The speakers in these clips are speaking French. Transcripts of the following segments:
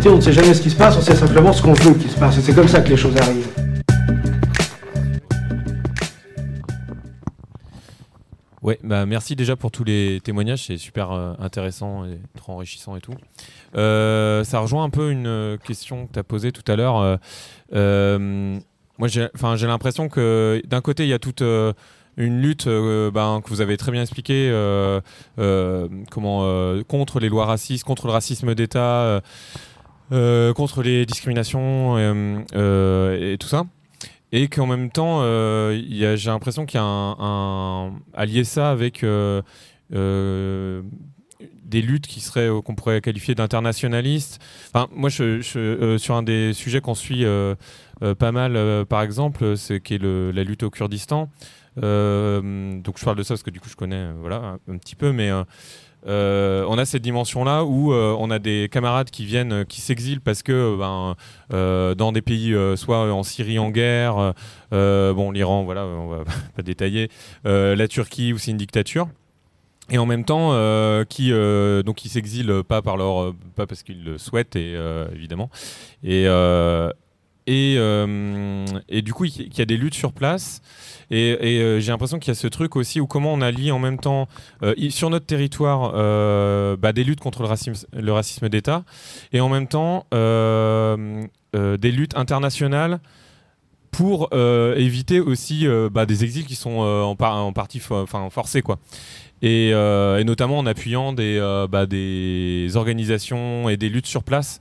réalité, on ne sait jamais ce qui se passe, on sait simplement ce qu'on veut qu'il se passe. Et c'est comme ça que les choses arrivent. Ouais, bah merci déjà pour tous les témoignages, c'est super intéressant et trop enrichissant et tout. Ça rejoint un peu une question que tu as posée tout à l'heure. Moi, j'ai l'impression que d'un côté, il y a toute une lutte que vous avez très bien expliqué contre les lois racistes, contre le racisme d'État, contre les discriminations et tout ça. Et qu'en même temps, j'ai l'impression qu'il y a à lier ça avec des luttes qui seraient qu'on pourrait qualifier d'internationalistes. Enfin, moi, sur un des sujets qu'on suit pas mal, par exemple, qui est la lutte au Kurdistan. Donc, je parle de ça parce que du coup, je connais un petit peu, mais on a cette dimension-là où on a des camarades qui viennent, qui s'exilent parce que dans des pays, soit en Syrie en guerre, l'Iran, voilà, on va pas détailler, la Turquie où c'est une dictature. Et en même temps, qui s'exilent pas parce qu'ils le souhaitent, évidemment. Et du coup, il y a des luttes sur place. Et j'ai l'impression qu'il y a ce truc aussi où comment on allie en même temps sur notre territoire des luttes contre le racisme d'État et en même temps des luttes internationales pour éviter aussi des exils qui sont en partie forcés, quoi. Et notamment en appuyant des organisations et des luttes sur place.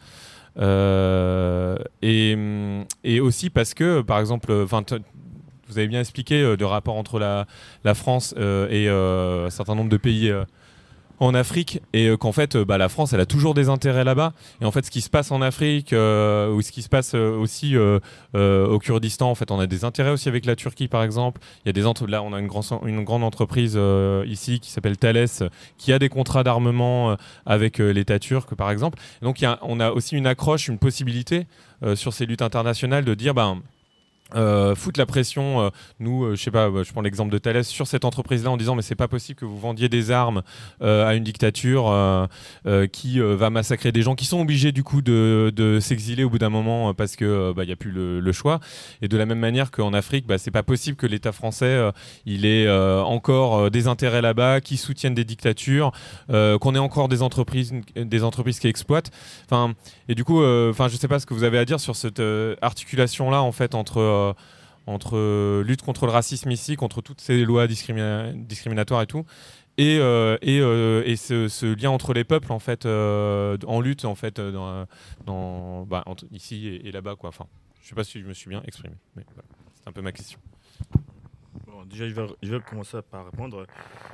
Et aussi parce que, par exemple, vous avez bien expliqué le rapport entre la France et un certain nombre de pays en Afrique, et qu'en fait la France elle a toujours des intérêts là-bas, et en fait ce qui se passe en Afrique ou ce qui se passe aussi au Kurdistan, en fait on a des intérêts aussi avec la Turquie par exemple. Il y a là on a une grande entreprise ici qui s'appelle Thales qui a des contrats d'armement avec l'État turc par exemple, et donc on a aussi une accroche, une possibilité sur ces luttes internationales de dire foutre la pression, nous, je sais pas, je prends l'exemple de Thales sur cette entreprise-là en disant mais c'est pas possible que vous vendiez des armes à une dictature qui va massacrer des gens qui sont obligés du coup de s'exiler au bout d'un moment parce que y a plus le choix. Et de la même manière qu'en Afrique, c'est pas possible que l'État français il ait encore des intérêts là-bas, qui soutiennent des dictatures, qu'on ait encore des entreprises qui exploitent. Enfin, et du coup, je sais pas ce que vous avez à dire sur cette articulation-là en fait entre lutte contre le racisme ici, contre toutes ces lois discriminatoires et tout, et ce lien entre les peuples en fait, en lutte en fait entre ici et là-bas, quoi. Enfin, je sais pas si je me suis bien exprimé, mais voilà, c'est un peu ma question. Bon, déjà je vais commencer par répondre.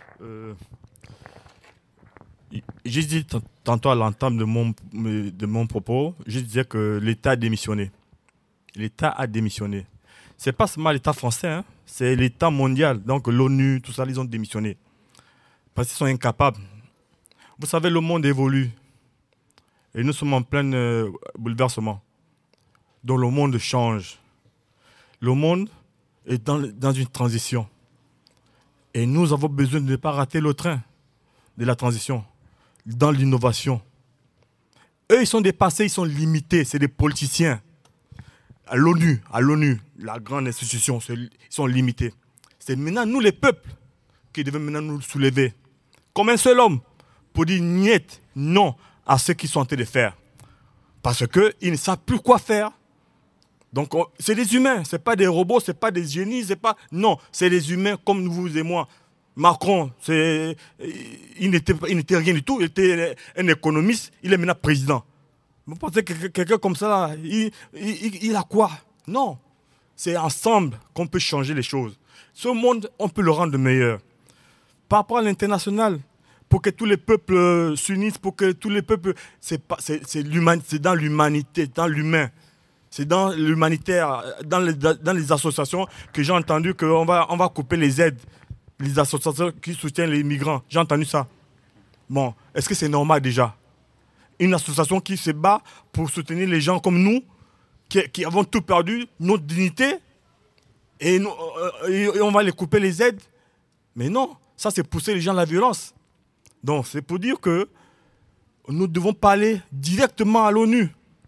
J'ai dit tantôt à l'entame de mon propos, je disais que l'État a démissionné. L'État a démissionné. C'est pas seulement l'État français, hein, c'est l'État mondial. Donc l'ONU, tout ça, ils ont démissionné. Parce qu'ils sont incapables. Vous savez, le monde évolue. Et nous sommes en plein bouleversement. Donc le monde change. Le monde est dans une transition. Et nous avons besoin de ne pas rater le train de la transition, dans l'innovation. Eux, ils sont dépassés, ils sont limités, c'est des politiciens. À l'ONU, la grande institution, ils sont limités. C'est maintenant nous, les peuples, qui devons maintenant nous soulever, comme un seul homme, pour dire niet, non à ce qu'ils sont en train de faire. Parce qu'ils ne savent plus quoi faire. Donc, c'est des humains, ce n'est pas des robots, ce n'est pas des génies, non, c'est des humains comme vous et moi. Macron, il n'était rien du tout, il était un économiste, il est maintenant président. Vous pensez que quelqu'un comme ça, il a quoi? Non. C'est ensemble qu'on peut changer les choses. Ce monde, on peut le rendre meilleur. Par rapport à l'international, pour que tous les peuples s'unissent, pour que tous les peuples... C'est dans l'humanité, dans l'humain. C'est dans l'humanitaire, dans les associations que j'ai entendu qu'on va couper les aides. Les associations qui soutiennent les migrants. J'ai entendu ça. Bon, est-ce que c'est normal déjà? Une association qui se bat pour soutenir les gens comme nous, qui avons tout perdu, notre dignité, et on va les couper les aides. Mais non, ça c'est pousser les gens à la violence. Donc c'est pour dire que nous devons parler directement à l'ONU.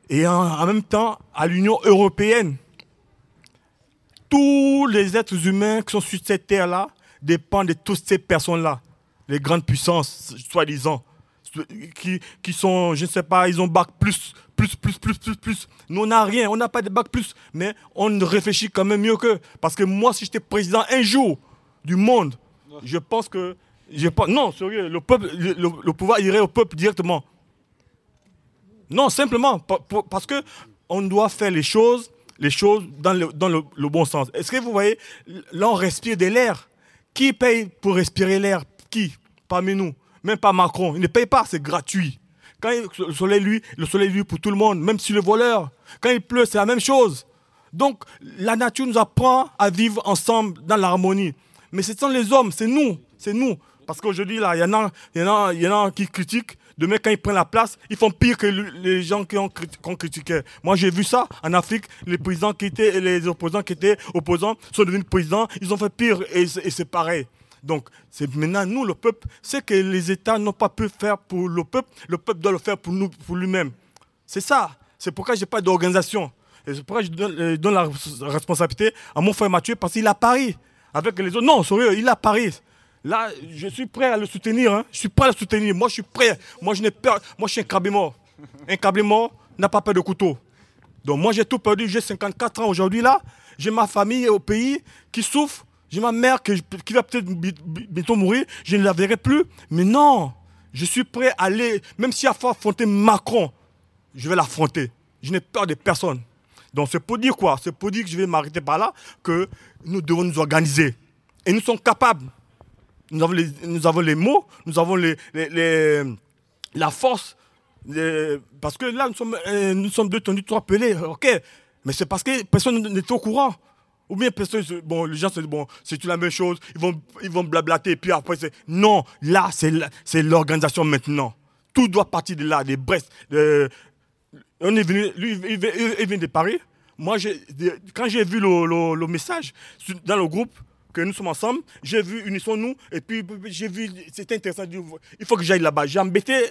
et en même temps à l'Union européenne. Tous les êtres humains qui sont sur cette terre-là dépendent de toutes ces personnes-là. Les grandes puissances, soi-disant, qui sont, je ne sais pas, ils ont bac plus. Nous, on n'a rien, on n'a pas de bac plus, mais on réfléchit quand même mieux qu'eux. Parce que moi, si j'étais président un jour du monde, je pense que... non, sérieux, le pouvoir irait au peuple directement. Non, simplement, parce que on doit faire les choses dans le bon sens. Est-ce que vous voyez, là, on respire de l'air. Qui paye pour respirer l'air? Qui? Parmi nous. Même pas Macron. Il ne paye pas, c'est gratuit. Quand le soleil, lui, pour tout le monde, même si le voleur. Quand il pleut, c'est la même chose. Donc, la nature nous apprend à vivre ensemble dans l'harmonie. Mais ce sont les hommes, c'est nous. Parce qu'aujourd'hui, là, il y en a qui critiquent. Demain, quand ils prennent la place, ils font pire que les gens qu'on critiquait. Moi, j'ai vu ça en Afrique. Les opposants qui étaient opposants sont devenus présidents. Ils ont fait pire et c'est pareil. Donc, c'est maintenant, nous, le peuple, c'est que les États n'ont pas pu faire pour le peuple doit le faire pour nous, pour lui-même. C'est ça. C'est pourquoi je n'ai pas d'organisation. Et c'est pourquoi je donne la responsabilité à mon frère Mathieu, parce qu'il a Paris. Avec les autres. Non, sérieux, il a Paris. Là, je suis prêt à le soutenir. Hein. Je suis prêt à le soutenir. Moi, je suis prêt. Moi, je n'ai peur. Moi, je suis un câblé mort. Un câblé mort n'a pas peur de couteau. Donc, moi, j'ai tout perdu. J'ai 54 ans aujourd'hui, là. J'ai ma famille au pays qui souffre. J'ai ma mère qui va peut-être bientôt mourir. Je ne la verrai plus. Mais non, je suis prêt à aller. Même s'il y a faut affronter Macron, je vais l'affronter. Je n'ai peur de personne. Donc, c'est pour dire quoi? C'est pour dire que je vais m'arrêter par là, que nous devons nous organiser. Et nous sommes capables. Nous avons les mots, nous avons la force. Parce que là, nous sommes deux tendus, trois pelés. Ok, mais c'est parce que personne n'était au courant. Ou bien les gens se disent, c'est la même chose, ils vont blablater, et puis après, non, là, c'est l'organisation maintenant. Tout doit partir de là, de Brest. On est venu, lui, il vient de Paris. Moi, quand j'ai vu le message dans le groupe, que nous sommes ensemble, j'ai vu Unissons-nous, et puis j'ai vu, c'était intéressant, il faut que j'aille là-bas. J'ai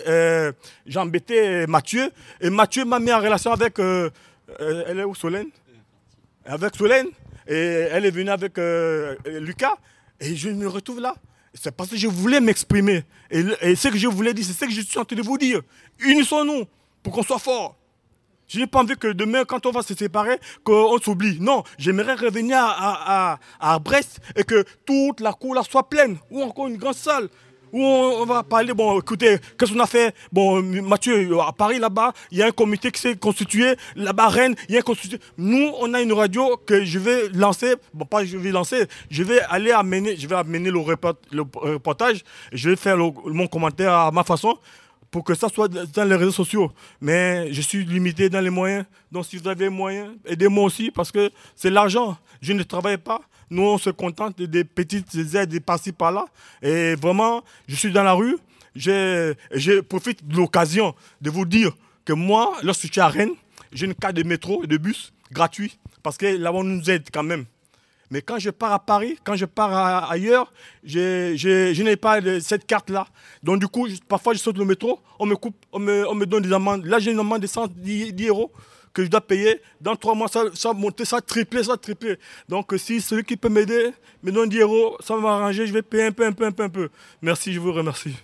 embêté Mathieu, et Mathieu m'a mis en relation avec, elle est où, Solène? Avec Solène, et elle est venue avec Lucas, et je me retrouve là. C'est parce que je voulais m'exprimer, et ce que je voulais dire, c'est ce que je suis en train de vous dire. Unissons-nous, pour qu'on soit forts. Je n'ai pas envie que demain, quand on va se séparer, qu'on s'oublie. Non, j'aimerais revenir à Brest et que toute la cour là soit pleine. Ou encore une grande salle où on va parler. Bon, écoutez, qu'est-ce qu'on a fait? Bon, Mathieu, à Paris, là-bas, il y a un comité qui s'est constitué. Là-bas, à Rennes, il y a un constitué. Nous, on a une radio que je vais lancer. Bon, pas je vais lancer. Je vais amener le reportage. Je vais faire mon commentaire à ma façon, pour que ça soit dans les réseaux sociaux. Mais je suis limité dans les moyens. Donc si vous avez les moyens, aidez-moi aussi, parce que c'est l'argent. Je ne travaille pas. Nous, on se contente des petites aides par-ci, par-là. Et vraiment, je suis dans la rue. Je profite de l'occasion de vous dire que moi, lorsque je suis à Rennes, j'ai une carte de métro et de bus gratuit, parce que là-bas, on nous aide quand même. Mais quand je pars à Paris, quand je pars ailleurs, je n'ai pas cette carte-là. Donc du coup, parfois je saute le métro, on me coupe, on me donne des amendes. Là, j'ai une amende de 110 € que je dois payer. Dans 3 mois, ça va monter, ça va tripler. Donc si celui qui peut m'aider me donne 10 €, ça va m'arranger, je vais payer un peu. Merci, je vous remercie.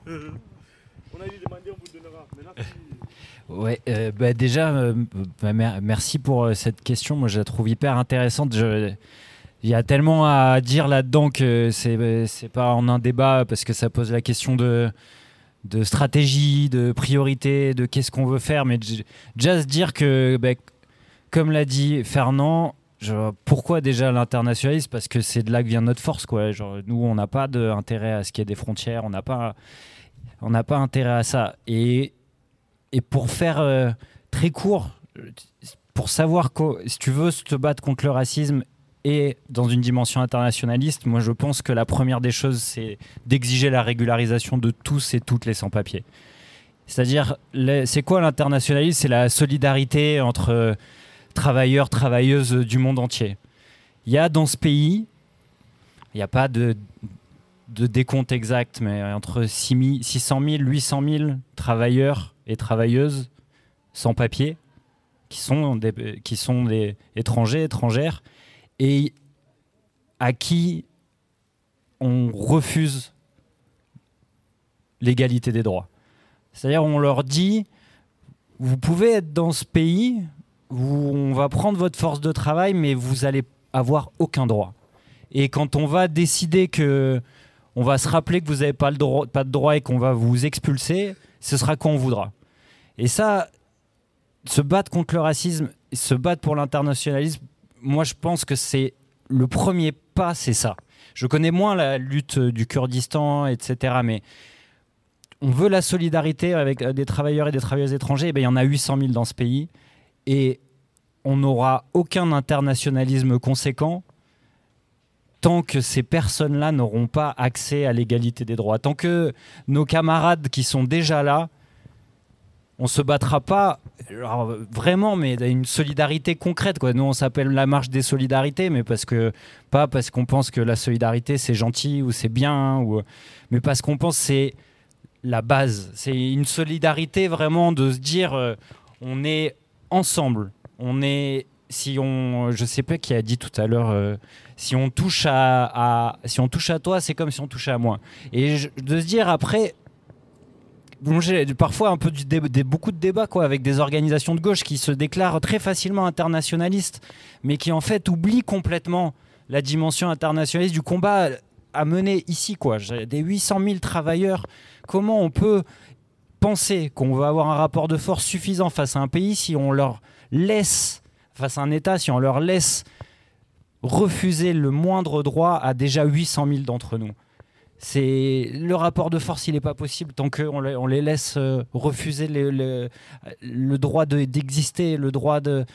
On a dit demander, on vous donnera. Ouais, déjà, merci pour cette question. Moi, je la trouve hyper intéressante. Il y a tellement à dire là-dedans que c'est pas en un débat, parce que ça pose la question de stratégie, de priorité, de qu'est-ce qu'on veut faire. Mais déjà se dire que, comme l'a dit Fernand, pourquoi déjà l'internationalisme? Parce que c'est de là que vient notre force, quoi. Genre, nous, on n'a pas d'intérêt à ce qu'il y ait des frontières, on n'a pas intérêt à ça. Et pour faire très court, pour savoir si tu veux te battre contre le racisme et dans une dimension internationaliste, moi je pense que la première des choses, c'est d'exiger la régularisation de tous et toutes les sans-papiers. C'est-à-dire, c'est quoi l'internationalisme? C'est la solidarité entre travailleurs, travailleuses du monde entier. Il y a dans ce pays, il n'y a pas de décompte exact, mais entre 600 000, 800 000 travailleurs et travailleuses sans papier qui sont des étrangers, étrangères, et à qui on refuse l'égalité des droits. C'est-à-dire on leur dit, vous pouvez être dans ce pays, on va prendre votre force de travail, mais vous allez avoir aucun droit. Et quand on va décider que on va se rappeler que vous n'avez pas de droit et qu'on va vous expulser, ce sera quand on voudra. Et ça, se battre contre le racisme, se battre pour l'internationalisme, moi je pense que c'est le premier pas, c'est ça. Je connais moins la lutte du Kurdistan, etc. Mais on veut la solidarité avec des travailleurs et des travailleuses étrangers. Il y en a 800 000 dans ce pays. Et on n'aura aucun internationalisme conséquent tant que ces personnes-là n'auront pas accès à l'égalité des droits. Tant que nos camarades qui sont déjà là, on ne se battra pas, alors vraiment, mais une solidarité concrète, quoi. Nous, on s'appelle la marche des solidarités, mais pas parce qu'on pense que la solidarité, c'est gentil ou c'est bien, mais parce qu'on pense que c'est la base. C'est une solidarité vraiment de se dire, on est ensemble. Je sais pas qui a dit tout à l'heure, si on touche à toi, c'est comme si on touchait à moi. Et de se dire après, j'ai parfois un peu beaucoup de débats avec des organisations de gauche qui se déclarent très facilement internationalistes, mais qui en fait oublient complètement la dimension internationaliste du combat à mener ici, quoi. Des 800 000 travailleurs, comment on peut penser qu'on va avoir un rapport de force suffisant face à un pays si on leur laisse, face à un État, si on leur laisse refuser le moindre droit à déjà 800 000 d'entre nous. Le rapport de force, il n'est pas possible tant qu'on les laisse refuser le droit d'exister, le droit de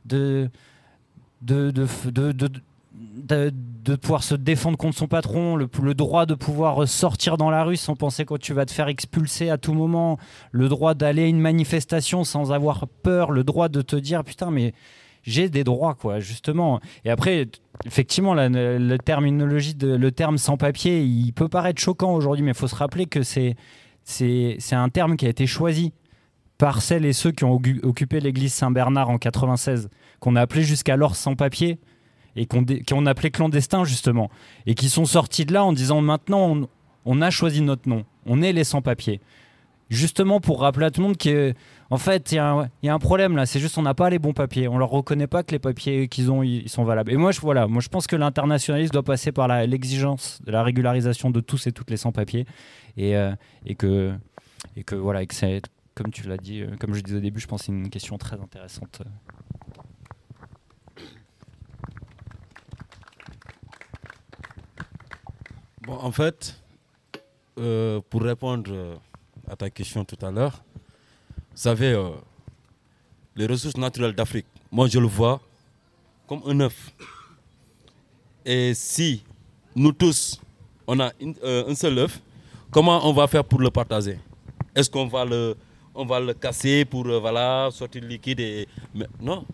pouvoir se défendre contre son patron, le droit de pouvoir sortir dans la rue sans penser que tu vas te faire expulser à tout moment, le droit d'aller à une manifestation sans avoir peur, le droit de te dire putain mais j'ai des droits, quoi, justement. Et après, effectivement, le terme sans-papier, il peut paraître choquant aujourd'hui, mais il faut se rappeler que c'est un terme qui a été choisi par celles et ceux qui ont occupé l'église Saint-Bernard en 96, qu'on a appelé jusqu'alors sans-papier, et qu'on appelait clandestins, justement, et qui sont sortis de là en disant maintenant, on a choisi notre nom, on est les sans-papiers. Justement pour rappeler à tout le monde qu'en fait, il y a un problème là, c'est juste on n'a pas les bons papiers, on leur reconnaît pas que les papiers qu'ils ont, ils sont valables. Et moi, je pense que l'internationalisme doit passer par l'exigence de la régularisation de tous et toutes les sans-papiers, et que c'est, comme tu l'as dit, comme je disais au début, je pense que c'est une question très intéressante. Bon, en fait, pour répondre à ta question tout à l'heure, vous savez, les ressources naturelles d'Afrique, moi je le vois comme un œuf. Et si nous tous, on a un seul œuf, comment on va faire pour le partager? Est-ce qu'on va le casser pour sortir le liquide Non.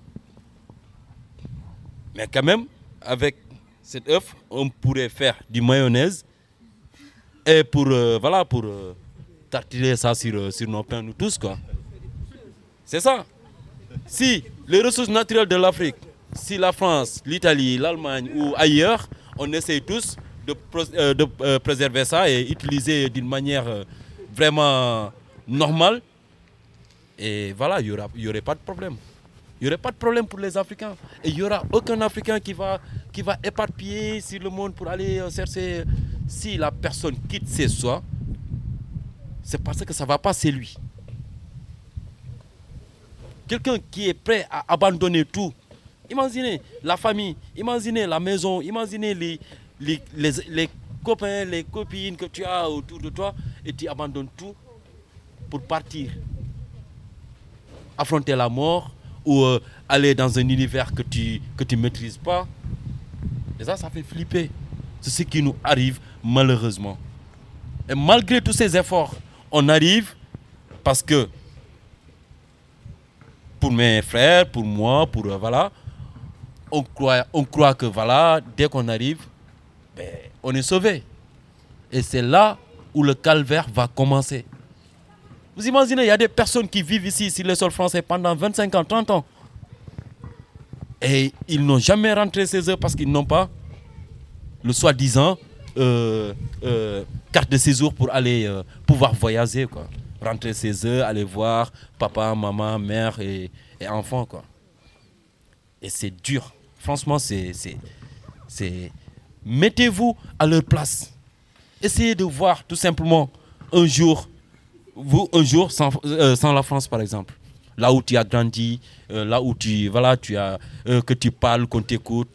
Mais quand même, avec cet œuf, on pourrait faire du mayonnaise et pour tartiner ça sur nos pains, nous tous, quoi. C'est ça. Si les ressources naturelles de l'Afrique, si la France, l'Italie, l'Allemagne ou ailleurs, on essaye tous de préserver ça et utiliser d'une manière vraiment normale, et voilà, il n'y aurait pas de problème. Il n'y aurait pas de problème pour les Africains. Et il n'y aura aucun Africain qui va éparpiller sur le monde pour aller chercher. Si la personne quitte ses soins, c'est parce que ça ne va pas, c'est lui. Quelqu'un qui est prêt à abandonner tout. Imaginez la famille, imaginez la maison, imaginez les copains, les copines que tu as autour de toi et tu abandonnes tout pour partir. Affronter la mort ou aller dans un univers que tu maîtrises pas. Et ça fait flipper. C'est ce qui nous arrive malheureusement. Et malgré tous ces efforts, on arrive parce que pour mes frères, pour moi, on croit que dès qu'on arrive, on est sauvé. Et c'est là où le calvaire va commencer. Vous imaginez, il y a des personnes qui vivent ici sur le sol français pendant 25 ans, 30 ans. Et ils n'ont jamais rentré chez eux parce qu'ils n'ont pas le soi-disant carte de séjour pour aller pouvoir voyager, quoi. Rentrer chez eux, aller voir papa, maman, mère et enfants, quoi. Et c'est dur. Franchement, c'est... Mettez-vous à leur place. Essayez de voir tout simplement un jour sans la France, par exemple. Là où tu as grandi, là où tu as que tu parles, qu'on t'écoute.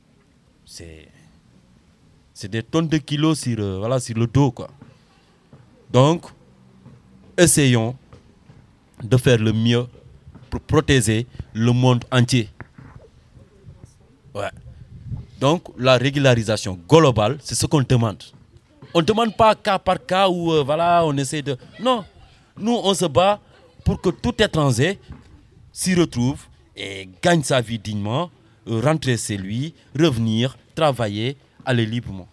C'est des tonnes de kilos sur le dos, quoi. Donc, essayons de faire le mieux pour protéger le monde entier. Ouais. Donc, la régularisation globale, c'est ce qu'on demande. On ne demande pas cas par cas où on essaie de... Non, nous, on se bat pour que tout étranger s'y retrouve et gagne sa vie dignement, rentrer chez lui, revenir, travailler, aller librement.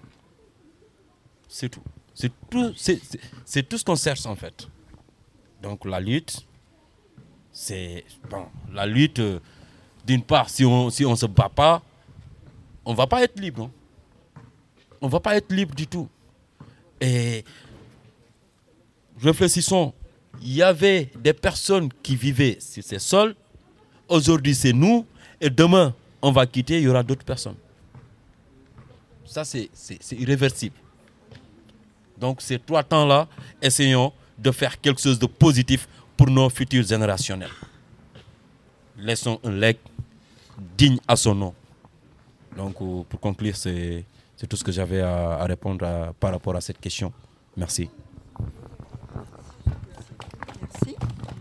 C'est tout. C'est tout ce qu'on cherche, en fait. Donc, la lutte, c'est... Bon, la lutte, d'une part, si on ne se bat pas, on ne va pas être libre. Hein. On ne va pas être libre du tout. Et réfléchissons. Il y avait des personnes qui vivaient sur ces sols. Aujourd'hui, c'est nous. Et demain, on va quitter, il y aura d'autres personnes. Ça, c'est irréversible. Donc, ces 3 temps-là, essayons de faire quelque chose de positif pour nos futures générations. Laissons un legs digne à son nom. Donc, pour conclure, c'est tout ce que j'avais à répondre par rapport à cette question. Merci. Merci.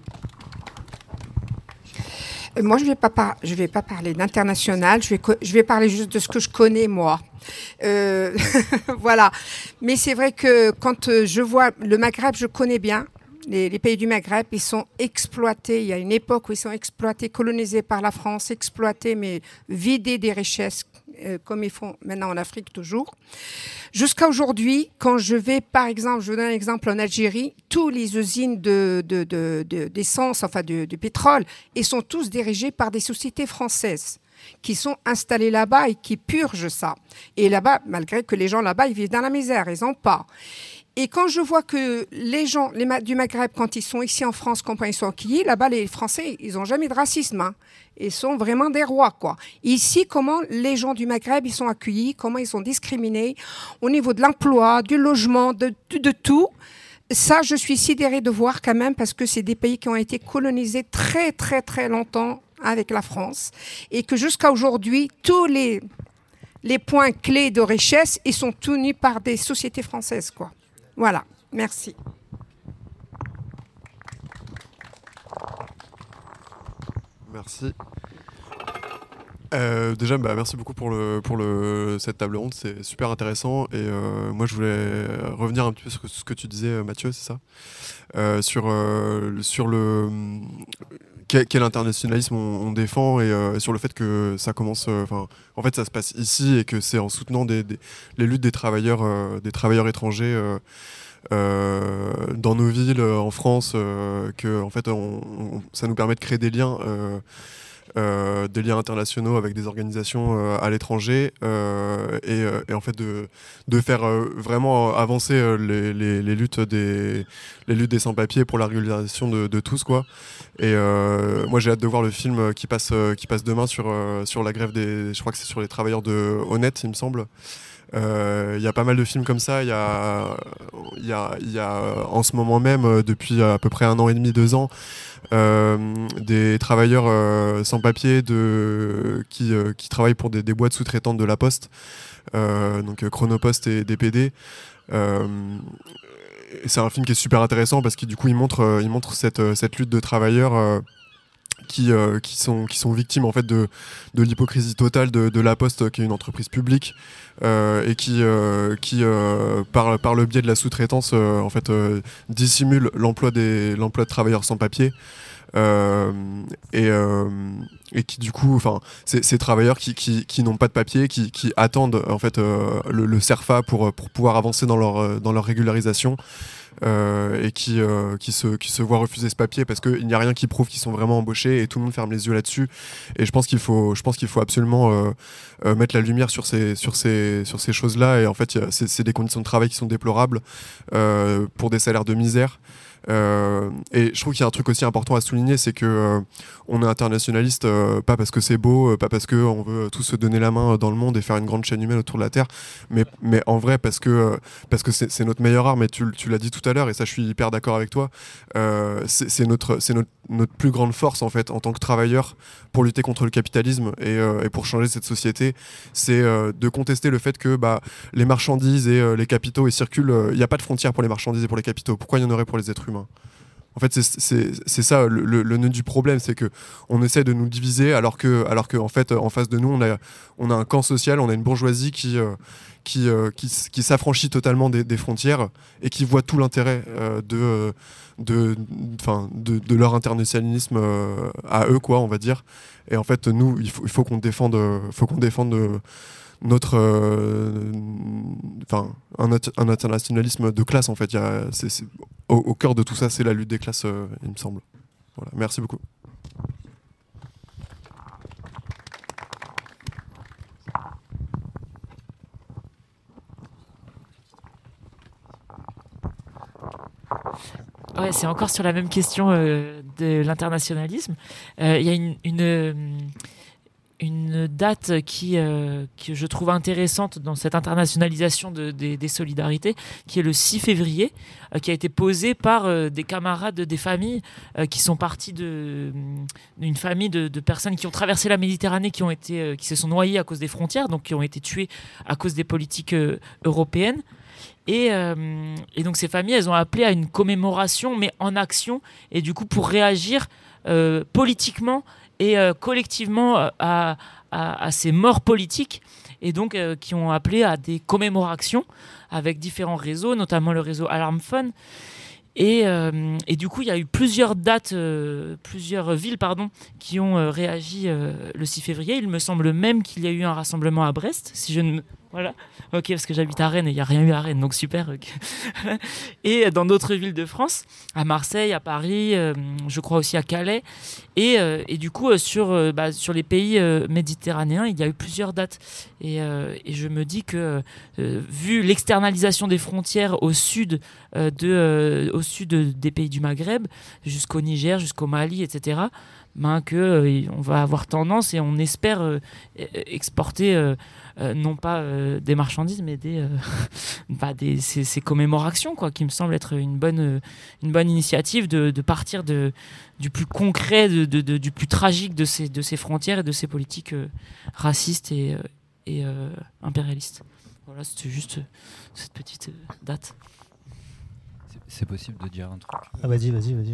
Moi, je vais pas parler d'international. Je vais parler juste de ce que je connais, moi. Voilà. Mais c'est vrai que quand je vois le Maghreb, je connais bien. Les pays du Maghreb, ils sont exploités. Il y a une époque où ils sont exploités, colonisés par la France, exploités, mais vidés des richesses, comme ils font maintenant en Afrique toujours. Jusqu'à aujourd'hui, quand je vais, par exemple, je vous donne un exemple en Algérie, tous les usines d'essence, enfin de pétrole, ils sont tous dirigés par des sociétés françaises qui sont installées là-bas et qui purgent ça. Et là-bas, malgré que les gens là-bas, ils vivent dans la misère, ils n'ont pas. Et quand je vois que les gens du Maghreb, quand ils sont ici en France, quand ils sont accueillis, là-bas, les Français, ils n'ont jamais de racisme. Hein. Ils sont vraiment des rois, quoi. Ici, comment les gens du Maghreb, ils sont accueillis, comment ils sont discriminés au niveau de l'emploi, du logement, de tout. Ça, je suis sidérée de voir quand même, parce que c'est des pays qui ont été colonisés très, très, très longtemps avec la France. Et que jusqu'à aujourd'hui, tous les points clés de richesse, ils sont tenus par des sociétés françaises, quoi. Voilà, merci. Merci. Déjà, merci beaucoup pour cette table ronde, c'est super intéressant. Et moi, je voulais revenir un petit peu sur ce que tu disais, Mathieu, c'est ça, sur le quel internationalisme on défend et sur le fait que ça commence, en fait, ça se passe ici et que c'est en soutenant les luttes des travailleurs étrangers. Dans nos villes, en France, que en fait, ça nous permet de créer des liens internationaux avec des organisations à l'étranger et en fait de faire vraiment avancer les luttes des sans-papiers pour la régularisation de tous, quoi. Et moi j'ai hâte de voir le film qui passe demain sur la grève je crois que c'est sur les travailleurs de Honnête, il me semble. Il y a pas mal de films comme ça. Il y a en ce moment même, depuis à peu près 1 an et demi, 2 ans, des travailleurs sans papier qui travaillent pour des boîtes sous-traitantes de la Poste, donc Chronopost et DPD. C'est un film qui est super intéressant parce que du coup il montre cette lutte de travailleurs qui sont victimes en fait de l'hypocrisie totale de la Poste, qui est une entreprise publique et qui par le biais de la sous-traitance en fait dissimule l'emploi de travailleurs sans papier. Et qui du coup, enfin, ces travailleurs qui n'ont pas de papier, qui attendent en fait le CERFA pour pouvoir avancer dans leur régularisation. et qui se voient refuser ce papier parce qu'il n'y a rien qui prouve qu'ils sont vraiment embauchés et tout le monde ferme les yeux là-dessus. Et je pense qu'il faut absolument mettre la lumière sur ces choses-là. Et en fait, c'est des conditions de travail qui sont déplorables pour des salaires de misère. Et je trouve qu'il y a un truc aussi important à souligner, c'est que on est internationaliste pas parce que c'est beau, pas parce qu'on veut tous se donner la main dans le monde et faire une grande chaîne humaine autour de la Terre, mais en vrai parce que c'est notre meilleure arme, et tu l'as dit tout à l'heure, et ça je suis hyper d'accord avec toi, c'est notre plus grande force en fait en tant que travailleur pour lutter contre le capitalisme et pour changer cette société, c'est de contester le fait que les marchandises et les capitaux ils circulent, il n'y a pas de frontières pour les marchandises et pour les capitaux, pourquoi il y en aurait pour les êtres humains? En fait, c'est ça le nœud du problème, c'est que on essaie de nous diviser alors que en fait en face de nous on a un camp social, on a une bourgeoisie qui s'affranchit totalement des frontières et qui voit tout l'intérêt de leur internationalisme à eux, quoi, on va dire. Et en fait, nous, il faut qu'on défende notre un internationalisme de classe, en fait. Au cœur de tout ça, c'est la lutte des classes, il me semble. Voilà, merci beaucoup. Ouais, c'est encore sur la même question de l'internationalisme. Il y a une date que je trouve intéressante dans cette internationalisation des solidarités, qui est le 6 février, qui a été posée par des camarades des familles qui sont partis d'une famille de personnes qui ont traversé la Méditerranée, qui se sont noyées à cause des frontières, donc qui ont été tuées à cause des politiques européennes. Et donc ces familles, elles ont appelé à une commémoration, mais en action, et du coup pour réagir politiquement et collectivement à ces morts politiques, et donc qui ont appelé à des commémorations avec différents réseaux, notamment le réseau Alarm Phone. Et du coup, il y a eu plusieurs villes qui ont réagi le 6 février. Il me semble même qu'il y a eu un rassemblement à Brest, si je ne... Voilà, ok, parce que j'habite à Rennes et il n'y a rien eu à Rennes, donc super. Okay. Et dans d'autres villes de France, à Marseille, à Paris, je crois aussi à Calais. Et du coup, sur les pays méditerranéens, il y a eu plusieurs dates. Et je me dis que, vu l'externalisation des frontières au sud des pays du Maghreb, jusqu'au Niger, jusqu'au Mali, etc., on va avoir tendance, et on espère exporter non pas des marchandises, mais ces commémorations, quoi, qui me semble être une bonne initiative de partir du plus concret, du plus tragique de ces frontières et de ces politiques racistes et impérialistes. Voilà, c'était juste cette petite date. C'est possible de dire un truc. Ah, vas-y.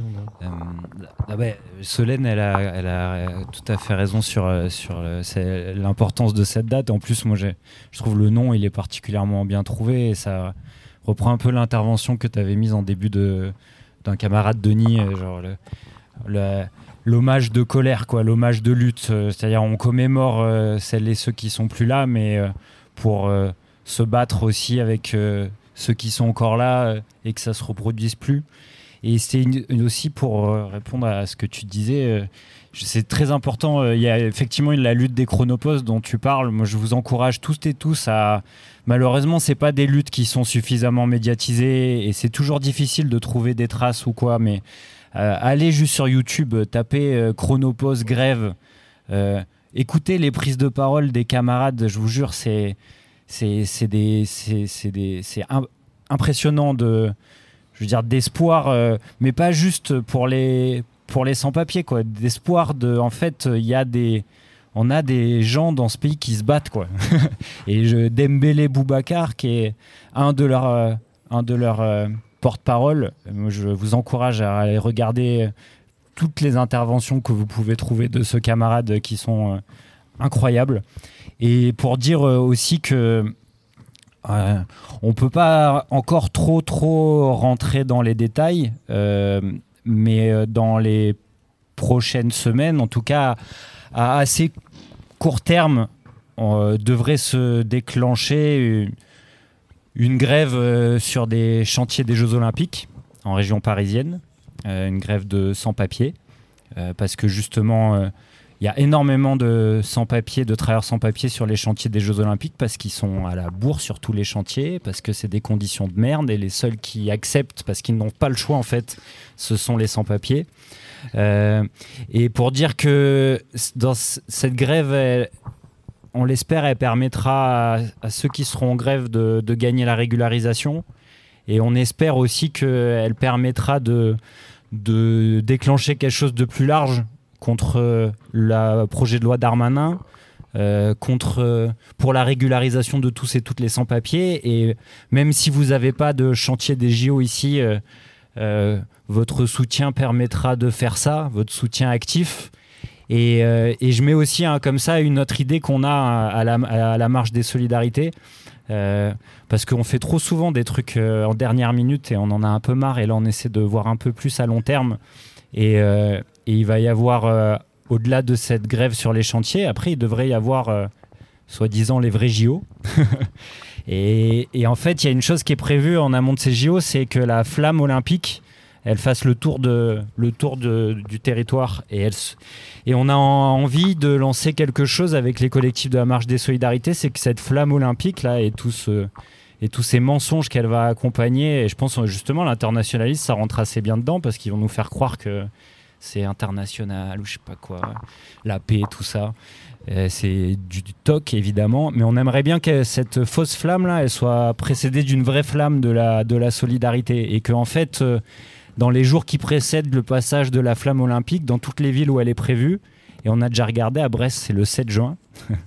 Solène, elle a tout à fait raison sur l'importance de cette date. En plus, moi, je trouve le nom, il est particulièrement bien trouvé, et ça reprend un peu l'intervention que tu avais mise en début d'un camarade Denis, genre l'hommage de colère, quoi, l'hommage de lutte. C'est-à-dire, on commémore celles et ceux qui sont plus là, mais pour se battre aussi avec ceux qui sont encore là et que ça se reproduise plus. Et c'est aussi pour répondre à ce que tu disais, c'est très important. Il y a effectivement la lutte des chronopostes dont tu parles. Moi, je vous encourage toutes et tous à... Malheureusement, c'est pas des luttes qui sont suffisamment médiatisées, et c'est toujours difficile de trouver des traces ou quoi, mais allez juste sur YouTube, tapez chronopost grève, écoutez les prises de parole des camarades, je vous jure, c'est impressionnant d'espoir, mais pas juste pour les sans-papiers, quoi, d'espoir en fait, on a des gens dans ce pays qui se battent, quoi. Et Dembélé Boubacar, qui est un de leurs porte-parole, je vous encourage à aller regarder toutes les interventions que vous pouvez trouver de ce camarade qui sont incroyables. Et pour dire aussi que on peut pas encore trop rentrer dans les détails, mais dans les prochaines semaines, en tout cas à assez court terme, devrait se déclencher une grève sur des chantiers des Jeux Olympiques. en région parisienne, une grève de sans-papiers, parce que justement, il y a énormément de sans-papiers, de travailleurs sans-papiers sur les chantiers des Jeux Olympiques, parce qu'ils sont à la bourre sur tous les chantiers, parce que c'est des conditions de merde, et les seuls qui acceptent, parce qu'ils n'ont pas le choix en fait, ce sont les sans-papiers. Et pour dire que dans cette grève, on l'espère, elle permettra à ceux qui seront en grève de gagner la régularisation. Et on espère aussi qu'elle permettra de déclencher quelque chose de plus large contre le projet de loi Darmanin, pour la régularisation de tous et toutes les sans-papiers. Et même si vous n'avez pas de chantier des JO ici, votre soutien permettra de faire ça, votre soutien actif. Et je mets aussi comme ça une autre idée qu'on a à la marche des solidarités, parce qu'on fait trop souvent des trucs en dernière minute et on en a un peu marre, et là on essaie de voir un peu plus à long terme, et il va y avoir au-delà de cette grève sur les chantiers, après il devrait y avoir soi-disant les vrais JO. et en fait il y a une chose qui est prévue en amont de ces JO, c'est que la flamme olympique elle fasse le tour du territoire, et on a envie de lancer quelque chose avec les collectifs de la marche des solidarités, c'est que cette flamme olympique là et tous ces mensonges qu'elle va accompagner, et je pense justement l'internationalisme ça rentre assez bien dedans, parce qu'ils vont nous faire croire que c'est international ou je sais pas quoi, la paix, tout ça. C'est du toc évidemment, mais on aimerait bien que cette fausse flamme là elle soit précédée d'une vraie flamme de la solidarité, et que en fait dans les jours qui précèdent le passage de la flamme olympique, dans toutes les villes où elle est prévue, et on a déjà regardé, à Brest c'est le 7 juin,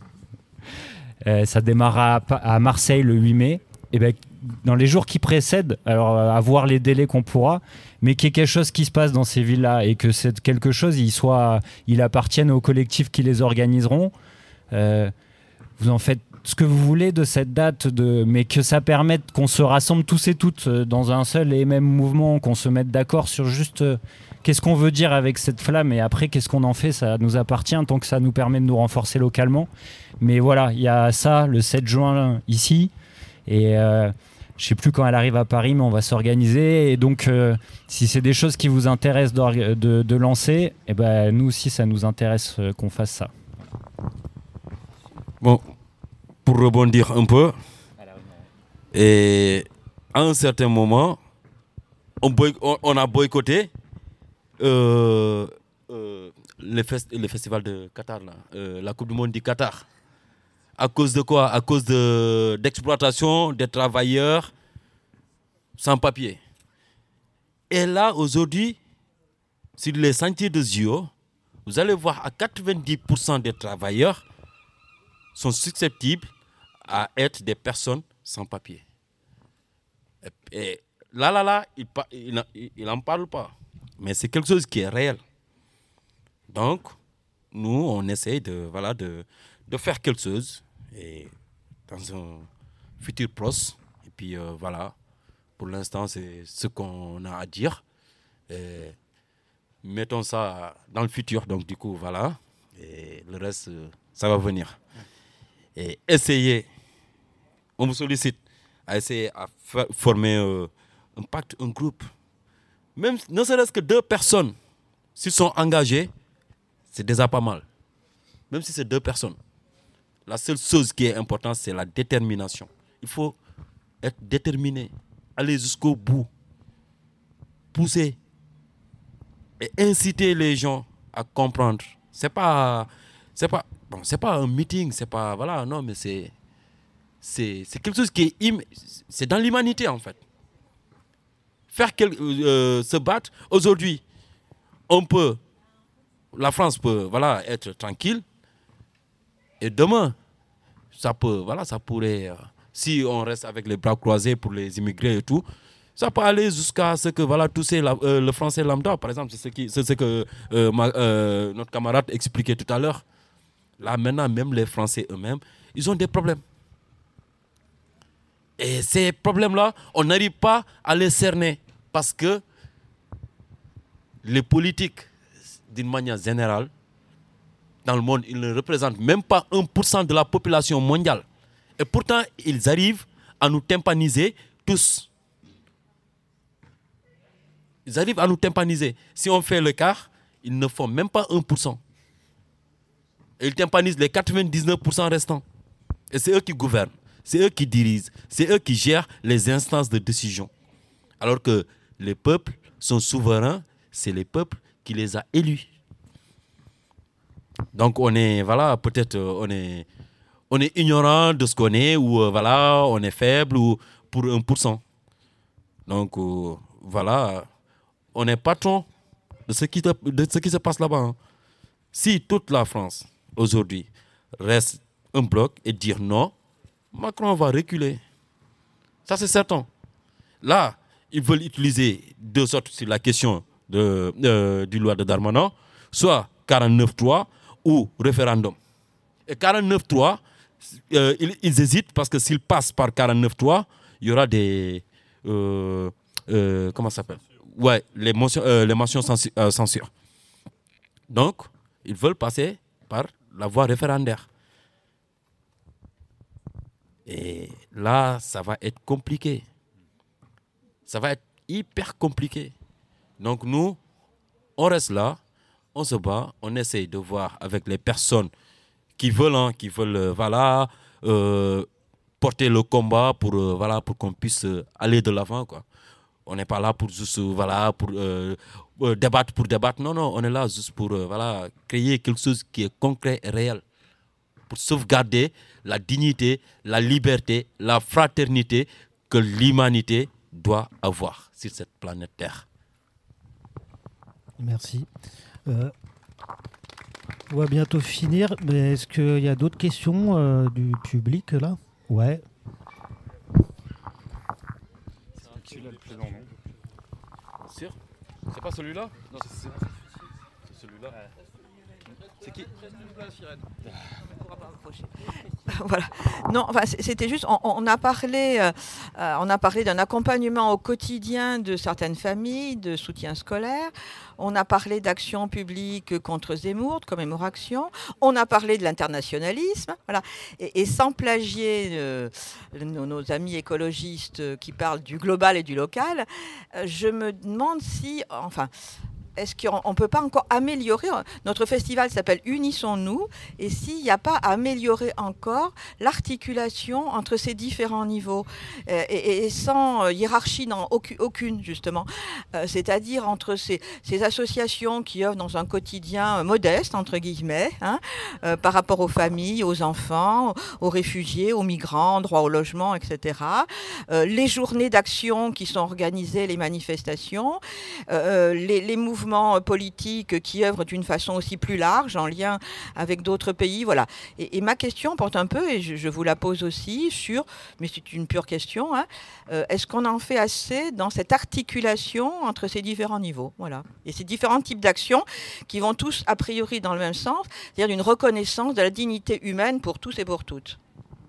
ça démarre à Marseille le 8 mai, et ben, dans les jours qui précèdent, alors à voir les délais qu'on pourra, mais qu'il y ait quelque chose qui se passe dans ces villes-là, et que quelque chose il appartienne aux collectifs qui les organiseront. Vous en faites ce que vous voulez de cette date, mais que ça permette qu'on se rassemble tous et toutes dans un seul et même mouvement, qu'on se mette d'accord sur juste qu'est-ce qu'on veut dire avec cette flamme, et après qu'est-ce qu'on en fait, ça nous appartient tant que ça nous permet de nous renforcer localement. Mais voilà, il y a ça le 7 juin ici, et je sais plus quand elle arrive à Paris, mais on va s'organiser, et donc si c'est des choses qui vous intéressent de lancer, et ben, nous aussi ça nous intéresse qu'on fasse ça. Bon, pour rebondir un peu, et à un certain moment, on a boycotté le festival de Qatar, là, la Coupe du Monde du Qatar. À cause de quoi? À cause d'exploitation des travailleurs sans papier. Et là, aujourd'hui, sur les sentiers de JO, vous allez voir à 90% des travailleurs sont susceptibles à être des personnes sans papier. Et là, il n'en parle pas. Mais c'est quelque chose qui est réel. Donc, nous, on essaie de faire quelque chose, et dans un futur proche. Et puis, voilà, pour l'instant, c'est ce qu'on a à dire. Et mettons ça dans le futur. Donc, du coup, voilà. Et le reste, ça va venir. Et essayer, on vous sollicite à essayer à former un pacte, un groupe. Même ne serait-ce que 2 personnes, s'ils sont engagés, c'est déjà pas mal. Même si c'est 2 personnes. La seule chose qui est importante, c'est la détermination. Il faut être déterminé, aller jusqu'au bout, pousser et inciter les gens à comprendre. C'est pas un meeting, c'est pas voilà, non, mais c'est quelque chose qui est c'est dans l'humanité en fait. Se battre aujourd'hui, la France peut être tranquille, et demain ça pourrait, si on reste avec les bras croisés pour les immigrés et tout, ça peut aller jusqu'à ce que toucher le français lambda, par exemple. C'est ce que notre camarade expliquait tout à l'heure. Là maintenant, même les Français eux-mêmes, ils ont des problèmes. Et ces problèmes-là, on n'arrive pas à les cerner, parce que les politiques, d'une manière générale, dans le monde, ils ne représentent même pas 1% de la population mondiale. Et pourtant, ils arrivent à nous tympaniser tous. Ils arrivent à nous tympaniser. Si on fait le quart, ils ne font même pas 1%. Et ils tympanisent les 99% restants. Et c'est eux qui gouvernent, c'est eux qui dirigent, c'est eux qui gèrent les instances de décision. Alors que les peuples sont souverains, c'est les peuples qui les a élus. Donc on est, voilà, peut-être on est ignorant de ce qu'on est, ou voilà, on est faible, ou pour 1%. Donc voilà, on est patron de ce qui se passe là-bas. Hein. Si toute la France, aujourd'hui, reste un bloc et dire non, Macron va reculer. Ça, c'est certain. Là, ils veulent utiliser deux sortes sur la question du loi de Darmanin, soit 49-3 ou référendum. Et 49-3, ils hésitent parce que s'ils passent par 49-3, il y aura des... comment ça s'appelle? Ouais, les mentions censure. Donc, ils veulent passer par la voie référendaire. Et là, ça va être compliqué. Ça va être hyper compliqué. Donc nous, on reste là, on se bat, on essaye de voir avec les personnes qui veulent voilà, porter le combat pour qu'on puisse aller de l'avant, quoi. On n'est pas là pour juste voilà, pour débattre pour débattre. Non, on est là juste pour voilà, créer quelque chose qui est concret et réel. Pour sauvegarder la dignité, la liberté, la fraternité que l'humanité doit avoir sur cette planète Terre. Merci. On va bientôt finir, mais est-ce qu'il y a d'autres questions du public là? Ouais. C'est celui-là le plus long, non? Sûr? C'est pas celui-là? Non, c'est celui-là. C'est qui? Voilà. Non, enfin, c'était juste, on a parlé d'un accompagnement au quotidien de certaines familles, de soutien scolaire. On a parlé d'action publique contre Zemmour, de commémoration. On a parlé de l'internationalisme. Voilà. Et sans plagier nos amis écologistes qui parlent du global et du local, je me demande si, enfin, est-ce qu'on ne peut pas encore améliorer? Notre festival s'appelle Unissons-nous, et s'il n'y a pas à améliorer encore l'articulation entre ces différents niveaux, et sans hiérarchie dans aucune, justement. C'est-à-dire entre ces associations qui œuvrent dans un quotidien modeste, entre guillemets, hein, par rapport aux familles, aux enfants, aux réfugiés, aux migrants, droit au logement, etc. Les journées d'action qui sont organisées, les manifestations, les mouvements politiques qui œuvrent d'une façon aussi plus large, en lien avec d'autres pays. Voilà. Et ma question porte un peu, et je vous la pose aussi, mais c'est une pure question, hein, est-ce qu'on en fait assez dans cette articulation entre ces différents niveaux? Voilà. Et ces différents types d'actions qui vont tous, a priori, dans le même sens, c'est-à-dire une reconnaissance de la dignité humaine pour tous et pour toutes.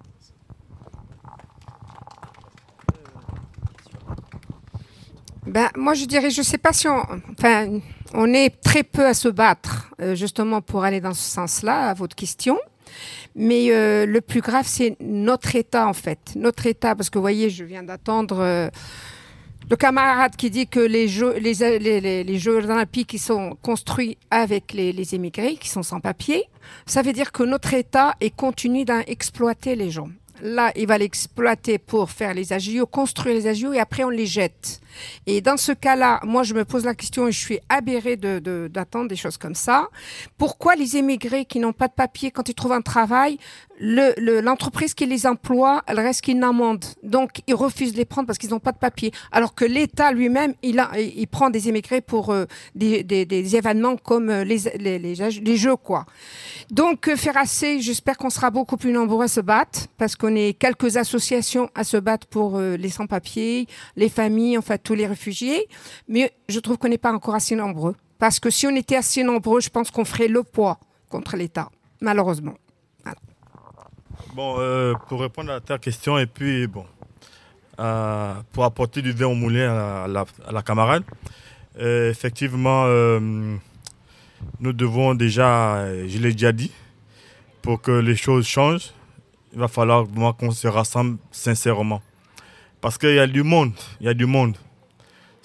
Ben, moi, je dirais, je ne sais pas si on est très peu à se battre, justement, pour aller dans ce sens-là, à votre question. Mais le plus grave, c'est notre État, en fait. Notre État, parce que, vous voyez, je viens d'attendre le camarade qui dit que les Jeux olympiques qui sont construits avec les émigrés, qui sont sans papier, ça veut dire que notre État continue d'exploiter les gens. Là, il va l'exploiter pour faire les agios, construire les agios, et après on les jette. Et dans ce cas-là, moi je me pose la question, et je suis aberrée d'attendre des choses comme ça. Pourquoi les émigrés qui n'ont pas de papier, quand ils trouvent un travail, l'entreprise qui les emploie, elle reste qu'une amende. Donc ils refusent de les prendre parce qu'ils n'ont pas de papier. Alors que l'État lui-même, il prend des émigrés pour des événements comme les Jeux, quoi. Donc faire assez, j'espère qu'on sera beaucoup plus nombreux à se battre, parce qu'on est quelques associations à se battre pour les sans-papiers, les familles, enfin tous les réfugiés. Mais je trouve qu'on n'est pas encore assez nombreux. Parce que si on était assez nombreux, je pense qu'on ferait le poids contre l'État, malheureusement. Voilà. Bon, pour répondre à ta question, et puis bon, pour apporter du vin au moulin à la camarade, effectivement, nous devons déjà, je l'ai déjà dit, pour que les choses changent, il va falloir qu'on se rassemble sincèrement. Parce qu'il y a du monde,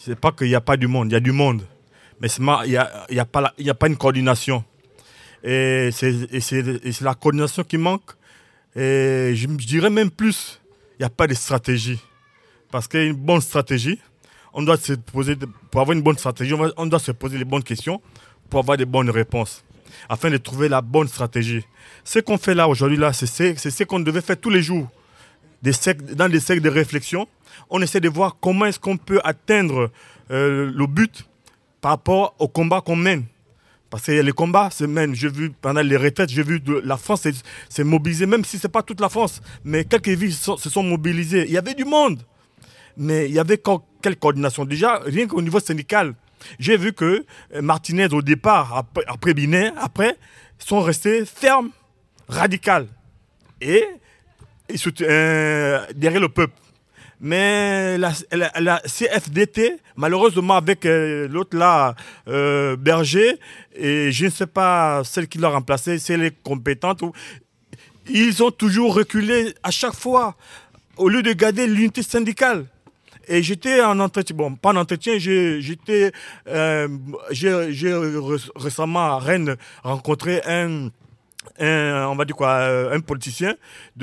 C'est pas qu'il n'y a pas du monde, il y a du monde. Mais il n'y a pas une coordination. Et c'est la coordination qui manque. Et je dirais même plus, il n'y a pas de stratégie. Parce qu'il y a une bonne stratégie, on doit se poser, pour avoir une bonne stratégie, on doit se poser les bonnes questions pour avoir des bonnes réponses, afin de trouver la bonne stratégie. Ce qu'on fait là aujourd'hui, c'est ce qu'on devait faire tous les jours. Dans des cercles de réflexion, on essaie de voir comment est-ce qu'on peut atteindre le but par rapport au combat qu'on mène. Parce que les combats se mènent. J'ai vu pendant les retraites, j'ai vu la France s'est mobilisée, même si ce n'est pas toute la France, mais quelques villes se sont mobilisées. Il y avait du monde, mais il y avait quelle coordination? Déjà, rien qu'au niveau syndical, j'ai vu que Martinez, au départ, après Binet, sont restés fermes, radicales, et derrière le peuple. Mais la CFDT, malheureusement, avec l'autre là, Berger, et je ne sais pas celle qui l'a remplacé, si elle est compétente, ils ont toujours reculé à chaque fois, au lieu de garder l'unité syndicale. Et j'étais en entretien, bon, pas en entretien, j'ai récemment à Rennes rencontré un politicien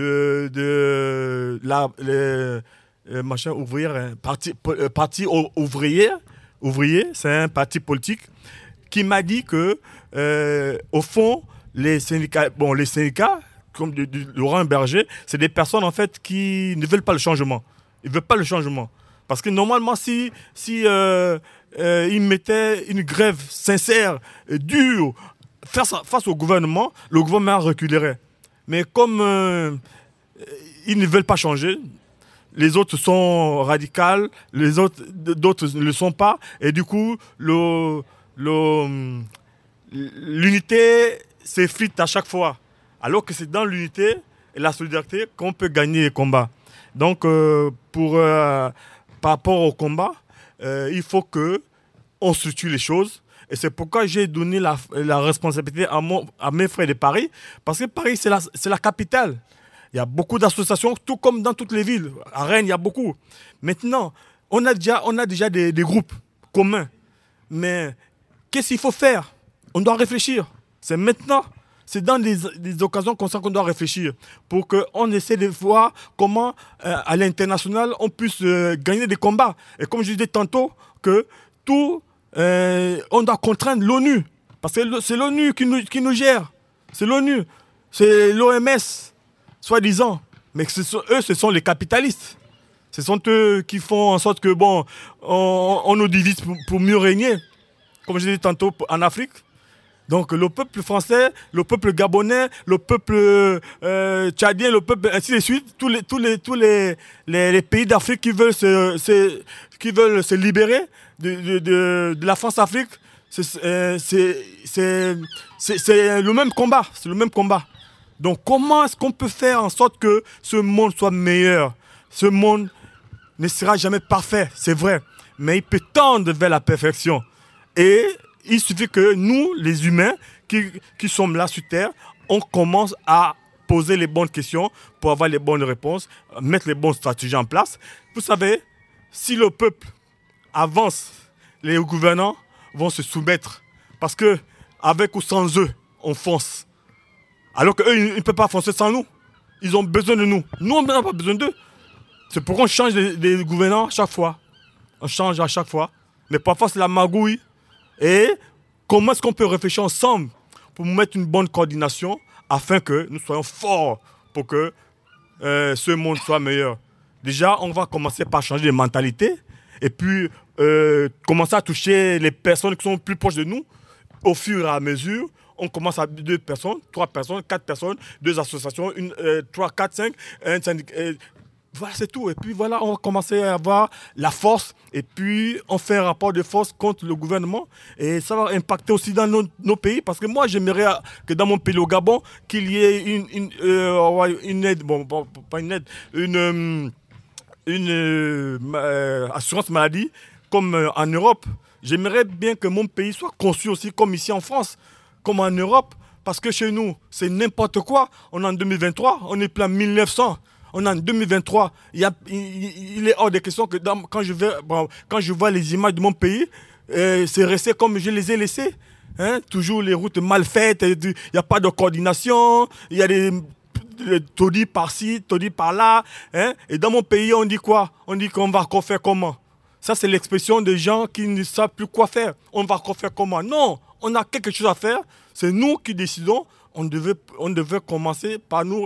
de machin ouvrière, parti ouvrier, c'est un parti politique qui m'a dit que au fond les syndicats comme de Laurent Berger, c'est des personnes en fait qui ne veulent pas le changement. Ils veulent pas le changement parce que normalement si ils mettaient une grève sincère, dure face au gouvernement, le gouvernement reculerait. Mais comme ils ne veulent pas changer, les autres sont radicales, d'autres ne le sont pas. Et du coup, l'unité s'effrite à chaque fois. Alors que c'est dans l'unité et la solidarité qu'on peut gagner les combats. Donc, par rapport au combat, il faut qu'on structure les choses. Et c'est pourquoi j'ai donné la responsabilité à mes frères de Paris. Parce que Paris, c'est la capitale. Il y a beaucoup d'associations, tout comme dans toutes les villes. À Rennes, il y a beaucoup. Maintenant, on a déjà des groupes communs. Mais qu'est-ce qu'il faut faire? On doit réfléchir. C'est maintenant. C'est dans des occasions comme ça qu'on doit réfléchir. Pour qu'on essaie de voir comment, à l'international, on puisse gagner des combats. Et comme je disais tantôt, que on doit contraindre l'ONU. Parce que c'est l'ONU qui nous gère. C'est l'ONU. C'est l'OMS. Soi-disant, mais ce sont les capitalistes. Ce sont eux qui font en sorte que, on nous divise pour mieux régner, comme je disais tantôt en Afrique. Donc le peuple français, le peuple gabonais, le peuple tchadien, le peuple, ainsi de suite, tous les pays d'Afrique qui veulent se libérer de la France-Afrique, c'est le même combat. C'est le même combat. Donc comment est-ce qu'on peut faire en sorte que ce monde soit meilleur? Ce monde ne sera jamais parfait, c'est vrai, mais il peut tendre vers la perfection. Et il suffit que nous, les humains qui sommes là sur Terre, on commence à poser les bonnes questions pour avoir les bonnes réponses, mettre les bonnes stratégies en place. Vous savez, si le peuple avance, les gouvernants vont se soumettre. Parce que avec ou sans eux, on fonce. Alors qu'eux, ils ne peuvent pas foncer sans nous. Ils ont besoin de nous. Nous, on n'a pas besoin d'eux. C'est pourquoi on change des gouvernants à chaque fois. On change à chaque fois. Mais parfois, c'est la magouille. Et comment est-ce qu'on peut réfléchir ensemble pour mettre une bonne coordination afin que nous soyons forts pour que ce monde soit meilleur? Déjà, on va commencer par changer de mentalité et puis commencer à toucher les personnes qui sont plus proches de nous au fur et à mesure. On commence à 2 personnes, 3 personnes, 4 personnes, 2 associations, 3, 4, 5, un syndicat. Voilà, c'est tout. Et puis voilà, on va commencer à avoir la force. Et puis, on fait un rapport de force contre le gouvernement. Et ça va impacter aussi dans nos pays. Parce que moi, j'aimerais que dans mon pays, au Gabon, qu'il y ait une aide, pas une aide, une assurance maladie, comme en Europe. J'aimerais bien que mon pays soit conçu aussi comme ici en France, comme en Europe. Parce que chez nous, c'est n'importe quoi. On est en 2023, on est plein 1900. On est en 2023. Il est hors de question que quand je vois les images de mon pays, c'est resté comme je les ai laissés. Hein? Toujours les routes mal faites, il n'y a pas de coordination, il y a des taudis par-ci, taudis par-là. Hein? Et dans mon pays, on dit quoi? On dit qu'on va encore faire comment? Ça, c'est l'expression des gens qui ne savent plus quoi faire. On va encore faire comment? Non, on a quelque chose à faire. C'est nous qui décidons. On devait commencer par nous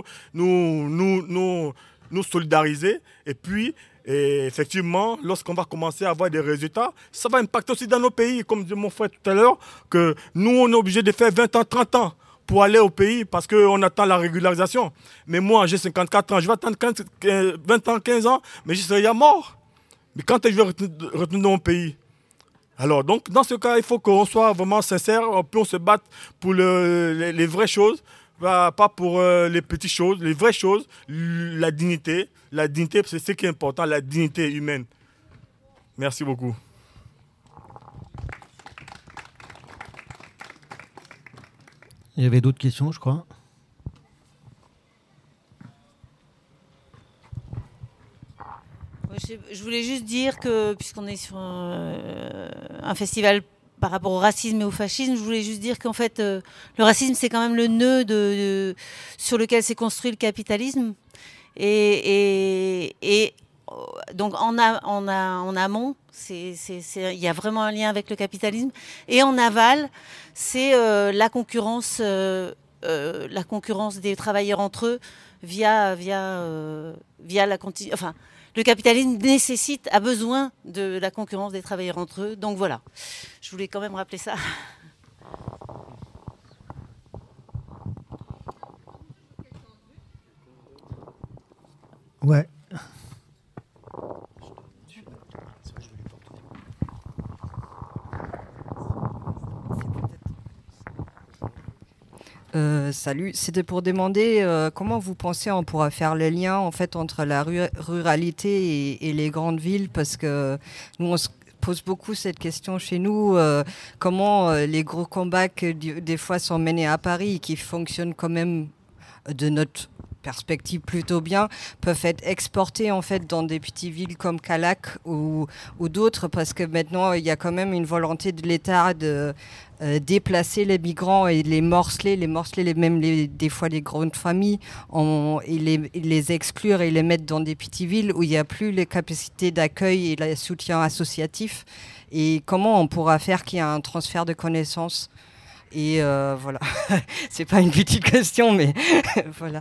solidariser. Et puis, effectivement, lorsqu'on va commencer à avoir des résultats, ça va impacter aussi dans nos pays. Comme dit mon frère tout à l'heure, que nous, on est obligé de faire 20 ans, 30 ans pour aller au pays parce qu'on attend la régularisation. Mais moi, j'ai 54 ans. Je vais attendre 20 ans, 15 ans, mais je serai déjà mort. Mais quand je vais retourner dans mon pays? Alors, donc, dans ce cas, il faut qu'on soit vraiment sincère, puis on se batte pour les vraies choses, pas pour les petites choses, les vraies choses, la dignité. La dignité, c'est ce qui est important, la dignité humaine. Merci beaucoup. Il y avait d'autres questions, je crois. Je voulais juste dire que, puisqu'on est sur un festival par rapport au racisme et au fascisme, je voulais juste dire qu'en fait, le racisme, c'est quand même le nœud sur lequel s'est construit le capitalisme. Et donc, en amont, il y a vraiment un lien avec le capitalisme. Et en aval, c'est la concurrence des travailleurs entre eux via la continuité. Enfin, le capitalisme a besoin de la concurrence des travailleurs entre eux. Donc voilà, je voulais quand même rappeler ça. Ouais. Salut, c'était pour demander comment vous pensez on pourra faire le lien en fait entre la ruralité et les grandes villes, parce que nous on se pose beaucoup cette question chez nous, comment les gros combats que des fois sont menés à Paris et qui fonctionnent quand même de notre perspective plutôt bien, peuvent être exportés en fait dans des petites villes comme Calac ou d'autres, parce que maintenant il y a quand même une volonté de l'État de déplacer les migrants et les morceler des fois les grandes familles, et les exclure et les mettre dans des petites villes où il n'y a plus les capacités d'accueil et le soutien associatif. Et comment on pourra faire qu'il y ait un transfert de connaissances? Et voilà, c'est pas une petite question, mais voilà.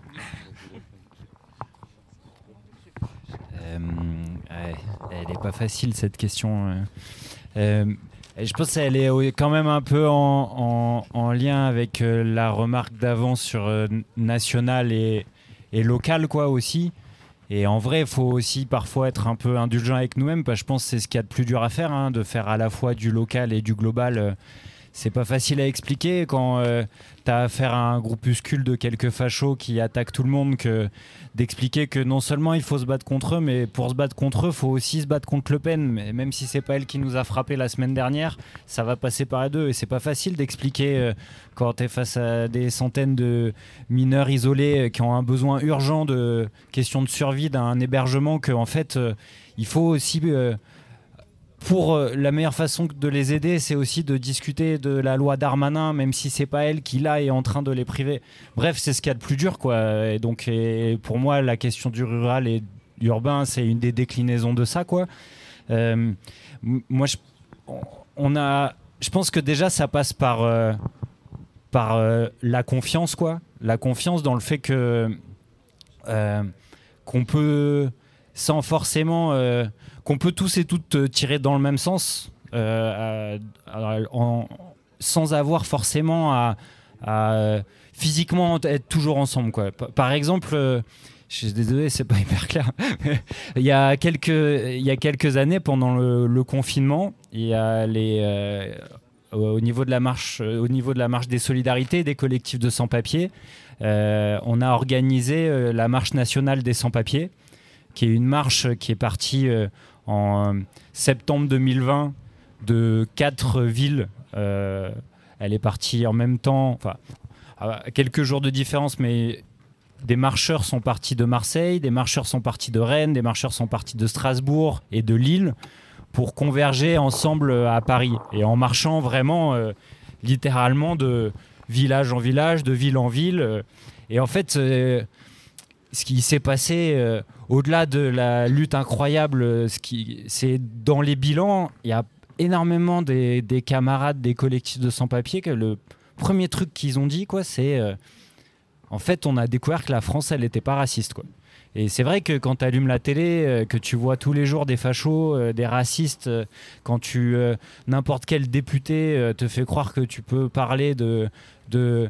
Elle n'est pas facile cette question. Je pense qu'elle est quand même un peu en lien avec la remarque d'avant sur national et local quoi aussi. Et en vrai, il faut aussi parfois être un peu indulgent avec nous-mêmes, parce que je pense que c'est ce qu'il y a de plus dur à faire, hein, de faire à la fois du local et du global. C'est pas facile à expliquer quand t'as affaire à un groupuscule de quelques fachos qui attaquent tout le monde, d'expliquer que non seulement il faut se battre contre eux, mais pour se battre contre eux, il faut aussi se battre contre Le Pen. Mais même si c'est pas elle qui nous a frappé la semaine dernière, ça va passer par les deux. Et c'est pas facile d'expliquer quand t'es face à des centaines de mineurs isolés qui ont un besoin urgent de question de survie, d'un hébergement, qu'en fait il faut aussi... Pour la meilleure façon de les aider, c'est aussi de discuter de la loi Darmanin, même si c'est pas elle qui là est en train de les priver. Bref, c'est ce qu'il y a de plus dur, quoi. Et donc, pour moi, la question du rural et du urbain, c'est une des déclinaisons de ça, quoi. Moi, je pense que déjà, ça passe par la confiance, quoi. La confiance dans le fait que qu'on peut, sans forcément... qu'on peut tous et toutes tirer dans le même sens, sans avoir forcément à physiquement être toujours ensemble, quoi. Par exemple, je suis désolé, c'est pas hyper clair. il y a quelques années, pendant le confinement, il y a au niveau de la marche des solidarités, des collectifs de sans-papiers, on a organisé la marche nationale des sans-papiers, qui est une marche qui est partie en septembre 2020 de 4 villes. Elle est partie en même temps, enfin, à quelques jours de différence, mais des marcheurs sont partis de Marseille, des marcheurs sont partis de Rennes, des marcheurs sont partis de Strasbourg et de Lille pour converger ensemble à Paris. Et en marchant vraiment, littéralement, de village en village, de ville en ville. Et en fait, ce qui s'est passé, au-delà de la lutte incroyable, c'est dans les bilans, il y a énormément des camarades des collectifs de sans-papiers que le premier truc qu'ils ont dit, c'est en fait, on a découvert que la France, elle n'était pas raciste, quoi. Et c'est vrai que quand tu allumes la télé, que tu vois tous les jours des fachos, des racistes, quand n'importe quel député te fait croire que tu peux parler des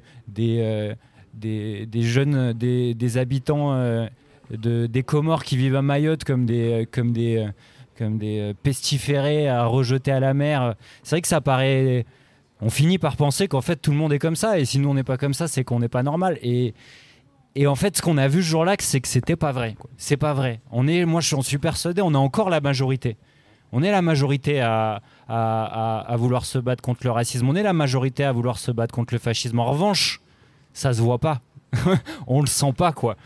jeunes, des habitants des Comores qui vivent à Mayotte comme des pestiférés à rejeter à la mer. C'est vrai que ça paraît... On finit par penser qu'en fait tout le monde est comme ça, et si nous on n'est pas comme ça, c'est qu'on n'est pas normal. Et en fait, ce qu'on a vu ce jour-là, c'est que c'était pas vrai, quoi. C'est pas vrai. Moi, j'en suis persuadé, on est encore la majorité. On est la majorité à vouloir se battre contre le racisme. On est la majorité à vouloir se battre contre le fascisme. En revanche, ça se voit pas. On le sent pas, quoi.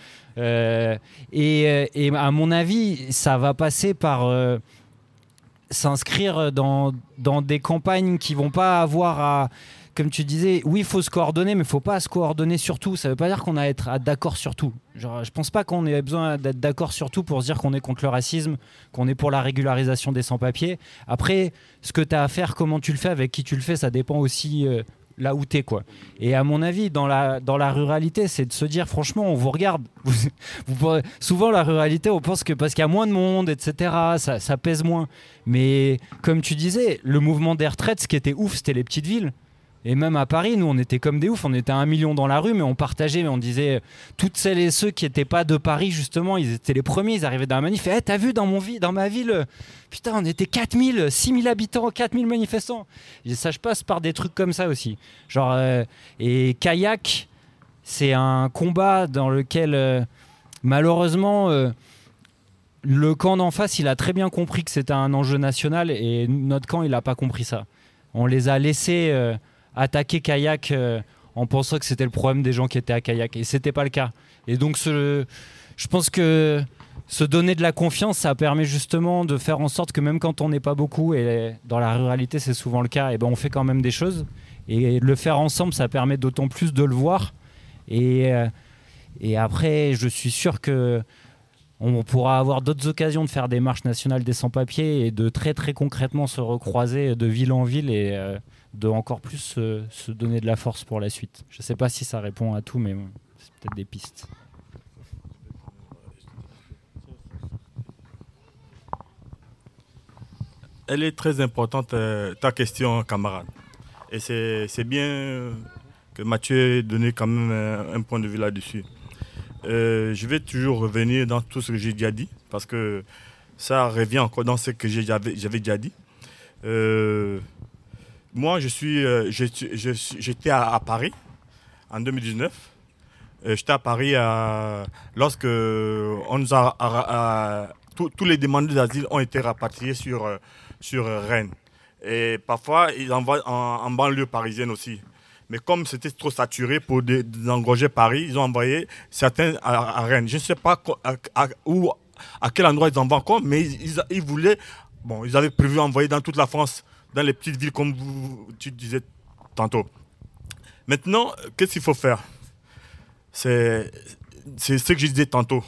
Et à mon avis, ça va passer par s'inscrire dans des campagnes qui vont pas avoir à... Comme tu disais, oui, il faut se coordonner, mais il ne faut pas se coordonner sur tout. Ça ne veut pas dire qu'on a à être d'accord sur tout. Je ne pense pas qu'on ait besoin d'être d'accord sur tout pour se dire qu'on est contre le racisme, qu'on est pour la régularisation des sans-papiers. Après, ce que tu as à faire, comment tu le fais, avec qui tu le fais, ça dépend aussi là où tu es, quoi. Et à mon avis, dans la ruralité, c'est de se dire, franchement, on vous regarde. Souvent, la ruralité, on pense que parce qu'il y a moins de monde, etc., ça pèse moins. Mais comme tu disais, le mouvement des retraites, ce qui était ouf, c'était les petites villes. Et même à Paris, nous, on était comme des oufs. On était à 1 million dans la rue, mais on partageait, mais on disait... Toutes celles et ceux qui n'étaient pas de Paris, justement, ils étaient les premiers. Ils arrivaient dans la manif. Et t'as vu, dans ma ville, putain, on était 4000, 6000 habitants, 4000 manifestants. Et ça, je passe par des trucs comme ça aussi. Genre, et Kayak, c'est un combat dans lequel, malheureusement... le camp d'en face, il a très bien compris que c'était un enjeu national, et notre camp, il n'a pas compris ça. On les a laissés... attaquer Kayak en pensant que c'était le problème des gens qui étaient à Kayak, et c'était pas le cas. Et donc je pense que se donner de la confiance, ça permet justement de faire en sorte que même quand on n'est pas beaucoup, et dans la ruralité c'est souvent le cas, et ben on fait quand même des choses, et le faire ensemble, ça permet d'autant plus de le voir. Et après, je suis sûr que on pourra avoir d'autres occasions de faire des marches nationales des sans-papiers et de très très concrètement se recroiser de ville en ville, et de encore plus se donner de la force pour la suite. Je ne sais pas si ça répond à tout, mais c'est peut-être des pistes. Elle est très importante, ta question, camarade. Et c'est bien que Mathieu ait donné quand même un point de vue là-dessus. Je vais toujours revenir dans tout ce que j'ai déjà dit, parce que ça revient encore dans ce que j'avais déjà dit. Moi, j'étais à Paris en 2019. J'étais à Paris lorsque on nous tous les demandeurs d'asile ont été rapatriés sur Rennes. Et parfois, ils envoient en banlieue parisienne aussi. Mais comme c'était trop saturé pour désengorger Paris, ils ont envoyé certains à Rennes. Je ne sais pas à quel endroit ils envoient encore, mais ils voulaient... Bon, ils avaient prévu d'envoyer dans toute la France, dans les petites villes, comme tu disais tantôt. Maintenant, qu'est-ce qu'il faut faire? C'est ce que je disais tantôt.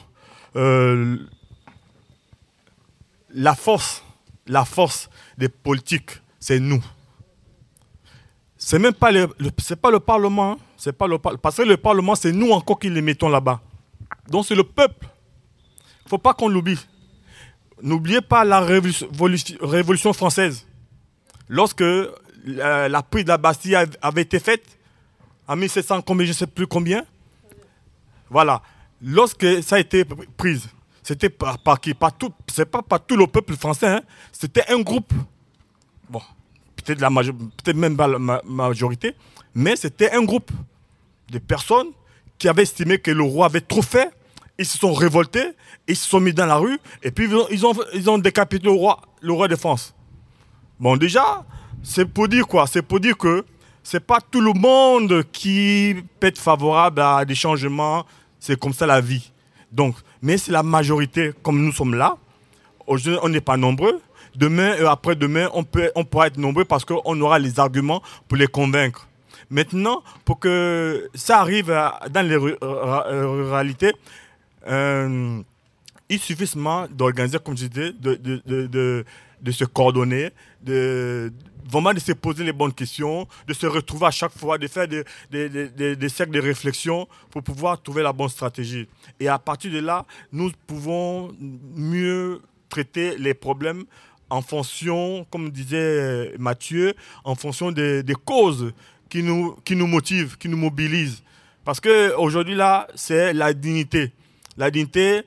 La force des politiques, c'est nous. C'est même pas c'est pas le Parlement. C'est pas parce que le Parlement, c'est nous encore qui les mettons là-bas. Donc c'est le peuple. Il ne faut pas qu'on l'oublie. N'oubliez pas la Révolution française. Lorsque la prise de la Bastille avait été faite, en 1700, je ne sais plus combien, voilà. Lorsque ça a été prise, c'était par qui? C'est pas par tout le peuple français, hein. C'était un groupe. Bon, peut-être même pas la majorité, mais c'était un groupe de personnes qui avaient estimé que le roi avait trop fait. Ils se sont révoltés, ils se sont mis dans la rue, et puis ils ont décapité le roi de France. Bon, déjà, c'est pour dire quoi? C'est pour dire que c'est pas tout le monde qui peut être favorable à des changements C'est comme ça la vie. Donc, mais c'est la majorité, comme nous sommes là. Aujourd'hui, on n'est pas nombreux. Demain et après-demain, on pourra être nombreux parce qu'on aura les arguments pour les convaincre. Maintenant, pour que ça arrive dans les ruralités, il suffit seulement d'organiser, comme je disais, de se coordonner, vraiment de se poser les bonnes questions, de se retrouver à chaque fois, de faire des cercles de réflexion pour pouvoir trouver la bonne stratégie. Et à partir de là, nous pouvons mieux traiter les problèmes en fonction, comme disait Mathieu, en fonction des causes qui nous motivent, qui nous mobilisent. Parce qu'aujourd'hui, là, c'est la dignité. La dignité,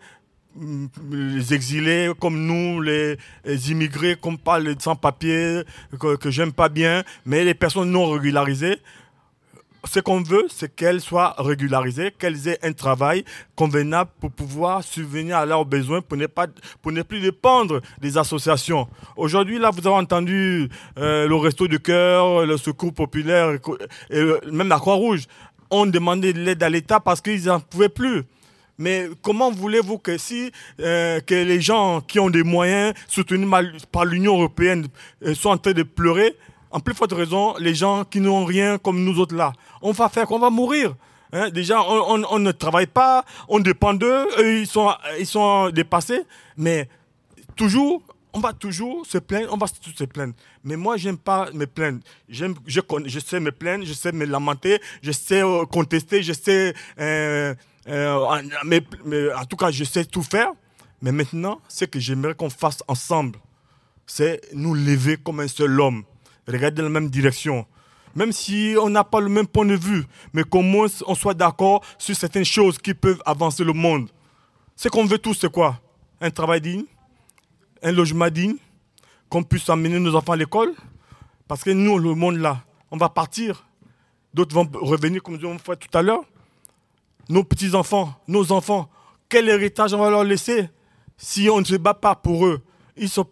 les exilés comme nous, les immigrés, comme pas les sans-papiers, que j'aime pas bien, mais les personnes non régularisées, ce qu'on veut, c'est qu'elles soient régularisées, qu'elles aient un travail convenable pour pouvoir subvenir à leurs besoins, pour ne plus dépendre des associations. Aujourd'hui, là, vous avez entendu le Resto du Cœur, le Secours Populaire, et même la Croix-Rouge, ont demandé de l'aide à l'État parce qu'ils n'en pouvaient plus. Mais comment voulez-vous que que les gens qui ont des moyens soutenus par l'Union européenne sont en train de pleurer? En plus forte raison, les gens qui n'ont rien comme nous autres là. On va faire qu'on va mourir. Hein? Déjà, on ne travaille pas, on dépend d'eux, ils sont dépassés. Mais toujours, on va toujours se plaindre, on va tous se plaindre. Mais moi, j'aime pas me plaindre. Je sais me plaindre, je sais me lamenter, je sais contester, je sais... mais en tout cas, je sais tout faire. Mais maintenant, ce que j'aimerais qu'on fasse ensemble, c'est nous lever comme un seul homme. Regarder dans la même direction. Même si on n'a pas le même point de vue, mais qu'au moins on soit d'accord sur certaines choses qui peuvent avancer le monde. Ce qu'on veut tous, c'est quoi? Un travail digne, un logement digne, qu'on puisse amener nos enfants à l'école. Parce que nous, le monde là, on va partir. D'autres vont revenir, comme on fait tout à l'heure. Nos petits-enfants, nos enfants, quel héritage on va leur laisser si on ne se bat pas pour eux? Ils sont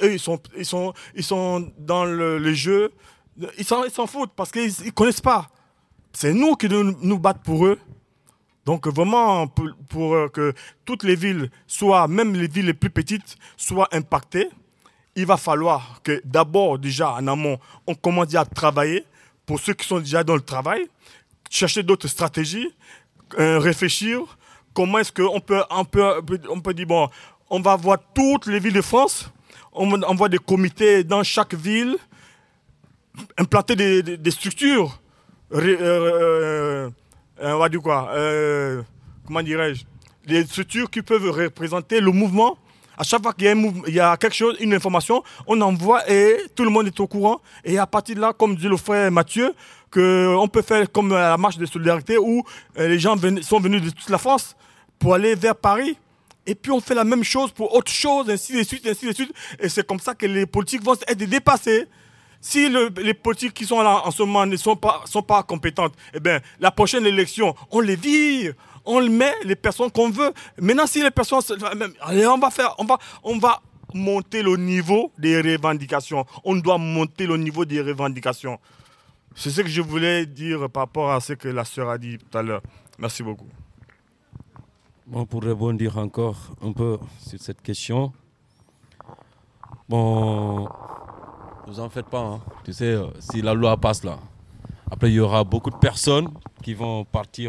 dans le jeu, ils s'en foutent parce qu'ils ne connaissent pas. C'est nous qui devons nous battre pour eux. Donc vraiment, pour que toutes les villes, même les villes les plus petites, soient impactées, il va falloir que d'abord, déjà en amont, on commence à travailler pour ceux qui sont déjà dans le travail, chercher d'autres stratégies, réfléchir, comment est-ce qu'on peut dire, bon, on va voir toutes les villes de France, on envoie des comités dans chaque ville, implanter des structures, on va dire quoi, comment dirais-je, des structures qui peuvent représenter le mouvement. À chaque fois qu'il y a quelque chose, une information, on envoie et tout le monde est au courant. Et à partir de là, comme dit le frère Mathieu, on peut faire comme la marche de solidarité où les gens sont venus de toute la France pour aller vers Paris. Et puis on fait la même chose pour autre chose, ainsi de suite, ainsi de suite. Et c'est comme ça que les politiques vont être dépassés. Si les politiques qui sont là en ce moment ne sont pas compétentes, eh bien, la prochaine élection, on les vire. On met les personnes qu'on veut. Maintenant, si les personnes... Allez, on va monter le niveau des revendications. On doit monter le niveau des revendications. C'est ce que je voulais dire par rapport à ce que la sœur a dit tout à l'heure. Merci beaucoup. Bon, pour rebondir encore un peu sur cette question, bon, vous en faites pas, hein. Tu sais, si la loi passe là, après il y aura beaucoup de personnes qui vont partir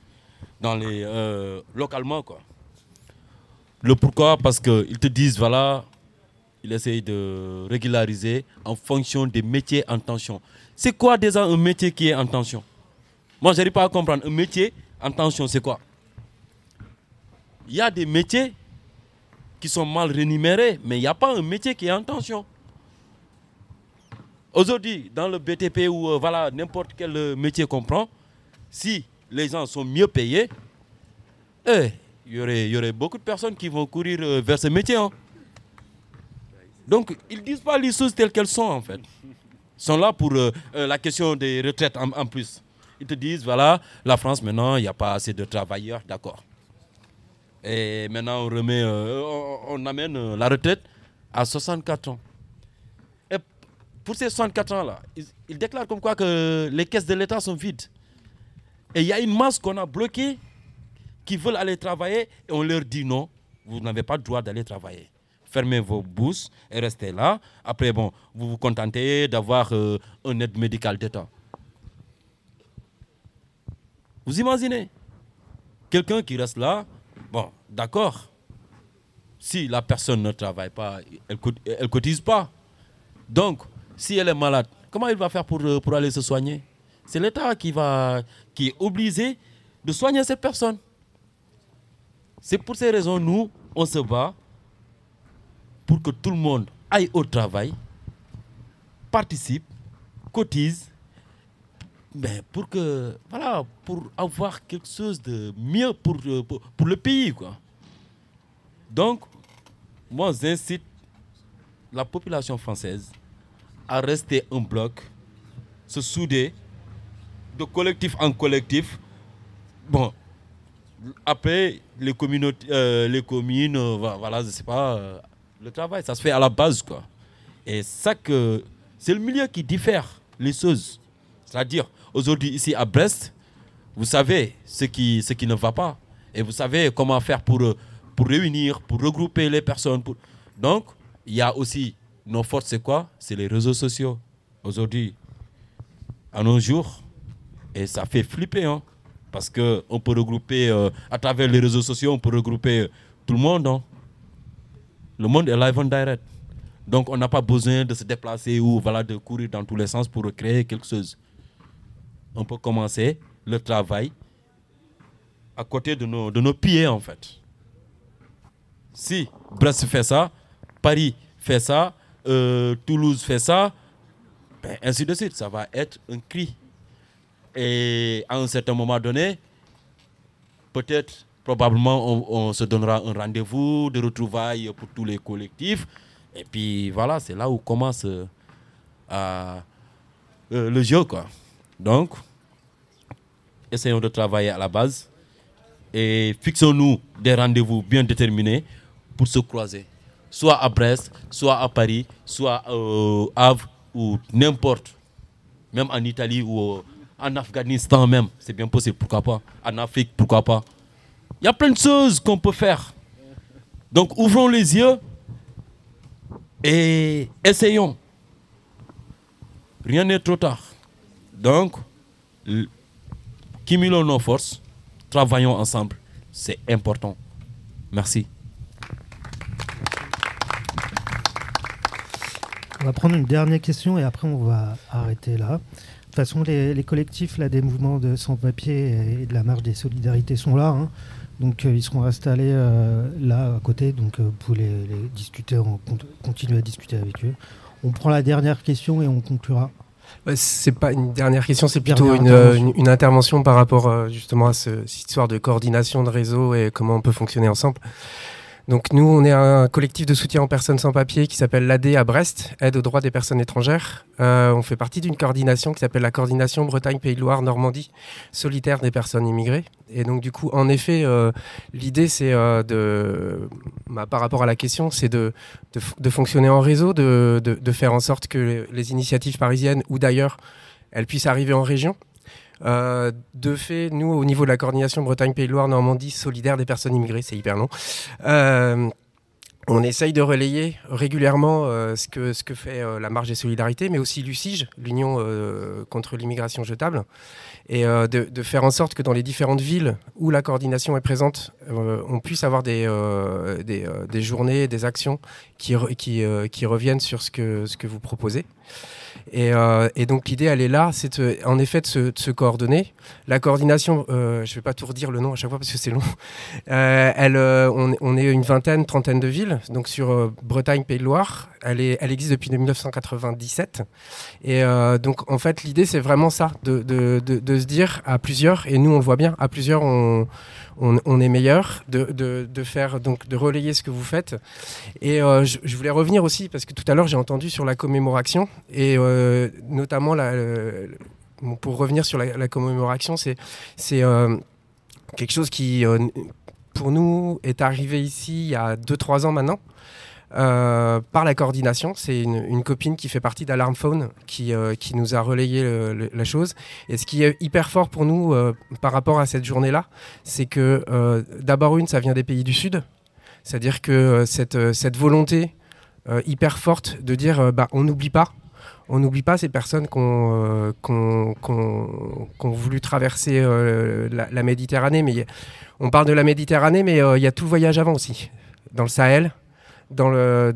localement, quoi. Le pourquoi? Parce qu'ils te disent, voilà, ils essayent de régulariser en fonction des métiers en tension. C'est quoi déjà un métier qui est en tension? Moi, je n'arrive pas à comprendre. Un métier en tension, c'est quoi? Il y a des métiers qui sont mal rémunérés, mais il n'y a pas un métier qui est en tension. Aujourd'hui, dans le BTP ou voilà, n'importe quel métier qu'on prend, si les gens sont mieux payés, il y aurait beaucoup de personnes qui vont courir vers ce métier. Hein. Donc, ils ne disent pas les choses telles qu'elles sont, en fait. Ils sont là pour la question des retraites en plus. Ils te disent, voilà, la France, maintenant, il n'y a pas assez de travailleurs, d'accord. Et maintenant, on amène la retraite à 64 ans. Et pour ces 64 ans-là, ils déclarent comme quoi que les caisses de l'État sont vides. Et il y a une masse qu'on a bloquée qui veulent aller travailler et on leur dit non, vous n'avez pas le droit d'aller travailler. Fermez vos bouches et restez là. Après, bon, vous vous contentez d'avoir une aide médicale d'État. Vous imaginez? Quelqu'un qui reste là, bon, d'accord. Si la personne ne travaille pas, elle cotise pas. Donc, si elle est malade, comment il va faire pour aller se soigner? C'est l'État qui est obligé de soigner cette personne. C'est pour ces raisons, nous, on se bat pour que tout le monde aille au travail, participe, cotise, mais pour avoir quelque chose de mieux pour le pays, quoi. Donc, moi, j'incite la population française à rester un bloc, se souder de collectif en collectif. Bon, après, les communes, voilà, je sais pas, le travail, ça se fait à la base, quoi. Et ça c'est le milieu qui diffère les choses. C'est-à-dire, aujourd'hui, ici à Brest, vous savez ce qui ne va pas. Et vous savez comment faire pour réunir, pour regrouper les personnes. Donc, il y a aussi, nos forces, c'est quoi? C'est les réseaux sociaux. Aujourd'hui, à nos jours, et ça fait flipper, hein. Parce qu'on peut regrouper, à travers les réseaux sociaux, on peut regrouper tout le monde. Hein. Le monde est live and direct. Donc, on n'a pas besoin de se déplacer ou de courir dans tous les sens pour créer quelque chose. On peut commencer le travail à côté de nos pieds, en fait. Si Brest fait ça, Paris fait ça, Toulouse fait ça, ben, ainsi de suite, ça va être un cri. Et à un certain moment donné, peut-être, probablement, on se donnera un rendez-vous de retrouvailles pour tous les collectifs. Et puis voilà, c'est là où commence le jeu, quoi. Donc, essayons de travailler à la base et fixons-nous des rendez-vous bien déterminés pour se croiser. Soit à Brest, soit à Paris, soit à Havre ou n'importe. Même en Italie ou en Afghanistan même, c'est bien possible, pourquoi pas. En Afrique, pourquoi pas. Il y a plein de choses qu'on peut faire. Donc ouvrons les yeux et essayons. Rien n'est trop tard. Donc, cumulons nos forces, travaillons ensemble, c'est important. Merci. On va prendre une dernière question et après on va arrêter là. De toute façon, les collectifs là, des mouvements de sans-papiers et de la marche des solidarités sont là. Hein. Donc ils seront installés là à côté. Donc vous pouvez les discuter, continuer à discuter avec eux. On prend la dernière question et on conclura. C'est pas une dernière question, c'est plutôt une intervention par rapport justement à cette histoire de coordination de réseau et comment on peut fonctionner ensemble. Donc nous, on est un collectif de soutien aux personnes sans papier qui s'appelle l'AD à Brest, Aide aux droits des personnes étrangères. On fait partie d'une coordination qui s'appelle la coordination Bretagne, Pays de Loire, Normandie, solidaire des personnes immigrées. Et donc du coup, en effet, l'idée c'est par rapport à la question, c'est de fonctionner en réseau, de faire en sorte que les initiatives parisiennes ou d'ailleurs, elles puissent arriver en région. De fait, nous, au niveau de la coordination Bretagne, Pays de Loire, Normandie, solidaire des personnes immigrées, c'est hyper long, on essaye de relayer régulièrement ce que fait la marche des solidarités, mais aussi l'UCIJ, l'Union contre l'immigration jetable, et de faire en sorte que dans les différentes villes où la coordination est présente, on puisse avoir des journées, des actions qui reviennent sur ce que vous proposez. Et donc l'idée, elle est là, c'est en effet de se coordonner. La coordination, je ne vais pas tout redire le nom à chaque fois parce que c'est long. On est une vingtaine, trentaine de villes, donc sur Bretagne, Pays de Loire. Elle existe depuis 1997. Et donc en fait, l'idée, c'est vraiment ça, de se dire à plusieurs, et nous on le voit bien, à plusieurs on est meilleur, de faire, donc de relayer ce que vous faites. Et je voulais revenir aussi, parce que tout à l'heure j'ai entendu sur la commémoration, et notamment pour revenir sur la commémoration, c'est quelque chose qui pour nous est arrivé ici il y a 2-3 ans maintenant. par la coordination. C'est une copine qui fait partie d'Alarm Phone qui nous a relayé la chose. Et ce qui est hyper fort pour nous par rapport à cette journée-là, c'est que d'abord ça vient des pays du Sud. C'est-à-dire que cette volonté hyper forte de dire on n'oublie pas. On n'oublie pas ces personnes qui ont voulu traverser la Méditerranée. Mais on parle de la Méditerranée, mais il y a tout le voyage avant aussi. Dans le Sahel, dans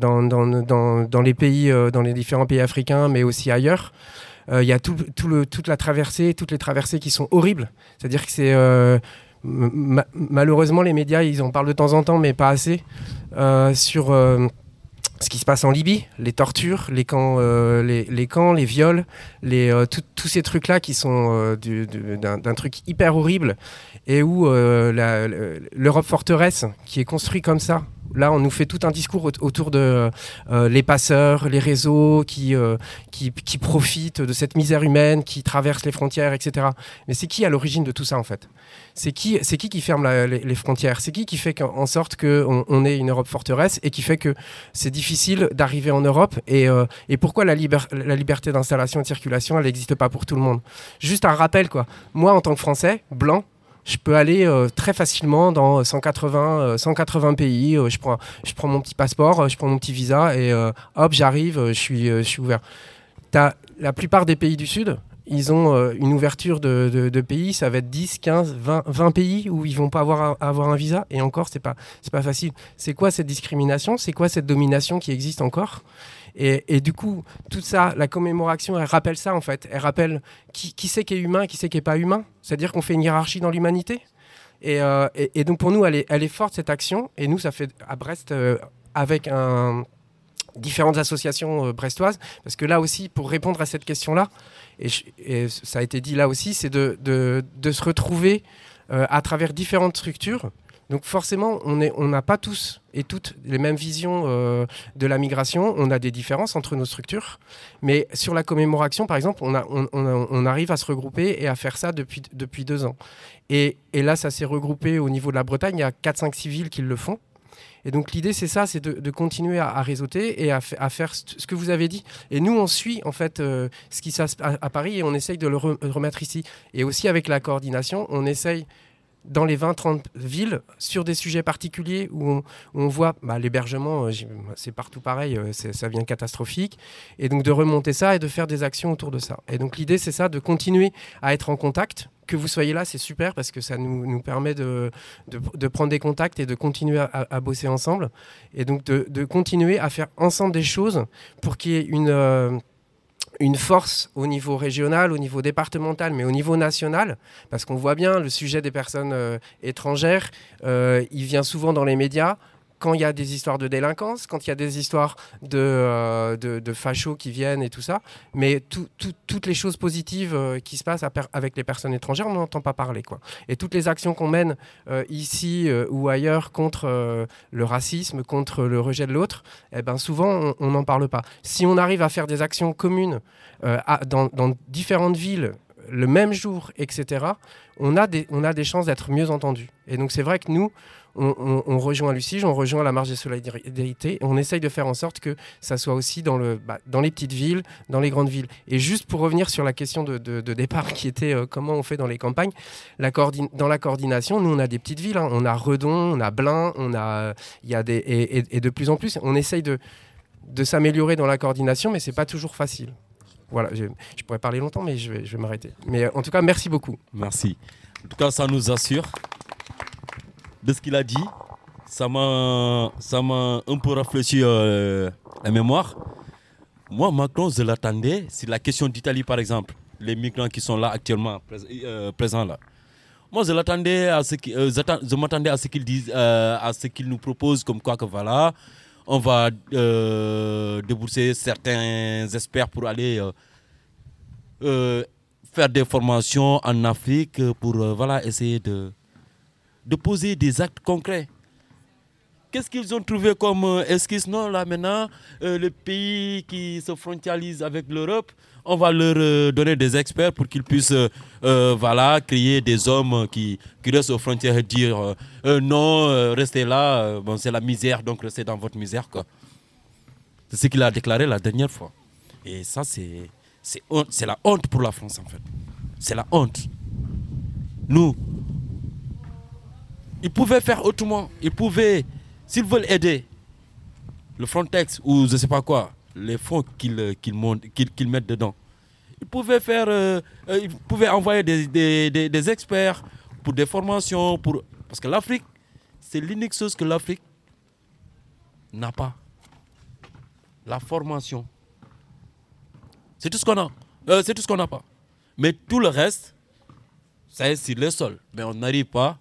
les pays, dans les différents pays africains, mais aussi ailleurs. Il y a toutes les traversées qui sont horribles. C'est-à-dire que c'est... malheureusement, les médias, ils en parlent de temps en temps, mais pas assez, sur... ce qui se passe en Libye, les tortures, les camps, les viols, tous ces trucs-là qui sont d'un truc hyper horrible et où l'Europe forteresse qui est construite comme ça, là on nous fait tout un discours autour de les passeurs, les réseaux qui profitent de cette misère humaine, qui traversent les frontières, etc. Mais c'est qui à l'origine de tout ça en fait ? C'est qui ferme les frontières ? C'est qui fait en sorte qu'on ait une Europe forteresse et qui fait que c'est difficile d'arriver en Europe et pourquoi la liberté d'installation et de circulation, elle n'existe pas pour tout le monde ? Juste un rappel, quoi. Moi, en tant que Français, blanc, je peux aller très facilement dans 180 pays. Je prends mon petit passeport, je prends mon petit visa et hop, j'arrive, je suis ouvert. La plupart des pays du Sud, ils ont une ouverture de pays, ça va être 10, 15, 20 pays où ils vont pas avoir un visa. Et encore, c'est pas facile. C'est quoi cette discrimination ? C'est quoi cette domination qui existe encore ? Et du coup, tout ça, la commémoration, elle rappelle ça en fait. Elle rappelle qui c'est qui est humain, qui c'est qui est pas humain. C'est-à-dire qu'on fait une hiérarchie dans l'humanité. Et donc pour nous, elle est forte cette action. Et nous, ça fait à Brest avec différentes associations brestoises, parce que là aussi, pour répondre à cette question-là, et ça a été dit là aussi, c'est de se retrouver à travers différentes structures. Donc forcément, on n'a pas tous et toutes les mêmes visions de la migration. On a des différences entre nos structures. Mais sur la commémoration, par exemple, on arrive à se regrouper et à faire ça depuis 2 ans. Et là, ça s'est regroupé au niveau de la Bretagne. Il y a 4-5 villes qui le font. Et donc l'idée, c'est ça, c'est de continuer à réseauter et à faire ce que vous avez dit. Et nous, on suit en fait ce qui se passe à Paris et on essaye de le remettre ici. Et aussi avec la coordination, on essaye dans les 20-30 villes, sur des sujets particuliers où on voit l'hébergement, c'est partout pareil, ça devient catastrophique. Et donc de remonter ça et de faire des actions autour de ça. Et donc l'idée, c'est ça, de continuer à être en contact. Que vous soyez là, c'est super parce que ça nous permet de prendre des contacts et de continuer à bosser ensemble. Et donc de continuer à faire ensemble des choses pour qu'il y ait une force au niveau régional, au niveau départemental, mais au niveau national, parce qu'on voit bien le sujet des personnes étrangères, il vient souvent dans les médias quand il y a des histoires de délinquance, quand il y a des histoires de fachos qui viennent et tout ça, mais toutes les choses positives qui se passent avec les personnes étrangères, on n'entend pas parler, quoi. Et toutes les actions qu'on mène ici ou ailleurs contre le racisme, contre le rejet de l'autre, souvent on n'en parle pas. Si on arrive à faire des actions communes dans différentes villes, le même jour, etc., on a des chances d'être mieux entendus. Et donc c'est vrai que nous, on rejoint Lucie, on rejoint la marche des solidarités, on essaye de faire en sorte que ça soit aussi dans les petites villes, dans les grandes villes. Et juste pour revenir sur la question de départ qui était comment on fait dans les campagnes, dans la coordination, nous on a des petites villes, hein. On a Redon, on a Blain, et de plus en plus, on essaye de s'améliorer dans la coordination, mais c'est pas toujours facile. Voilà, je pourrais parler longtemps, mais je vais m'arrêter. Mais en tout cas, merci beaucoup. Merci. En tout cas, ça nous assure de ce qu'il a dit. Ça m'a un peu rafraîchi la mémoire. Moi, Macron, je l'attendais. C'est la question d'Italie, par exemple. Les migrants qui sont là actuellement, présents là. Moi, je l'attendais je m'attendais à ce qu'il dise, à ce qu'il nous propose, comme quoi que voilà. On va débourser certains experts pour aller faire des formations en Afrique pour essayer de poser des actes concrets. Qu'est-ce qu'ils ont trouvé comme esquisse? Non, là maintenant, les pays qui se frontalisent avec l'Europe, on va leur donner des experts pour qu'ils puissent créer des hommes qui restent aux frontières et dire non, restez là, c'est la misère, donc restez dans votre misère, quoi. C'est ce qu'il a déclaré la dernière fois. Et ça, c'est la honte pour la France, en fait. C'est la honte. Nous, ils pouvaient faire autrement. Ils pouvaient, s'ils veulent aider le Frontex ou je ne sais pas quoi, les fonds qu'ils mettent dedans, ils pouvaient envoyer des experts pour des formations. Parce que l'Afrique, c'est l'unique chose que l'Afrique n'a pas. La formation. C'est tout ce qu'on a. C'est tout ce qu'on n'a pas. Mais tout le reste, ça est sur le sol. Mais on n'arrive pas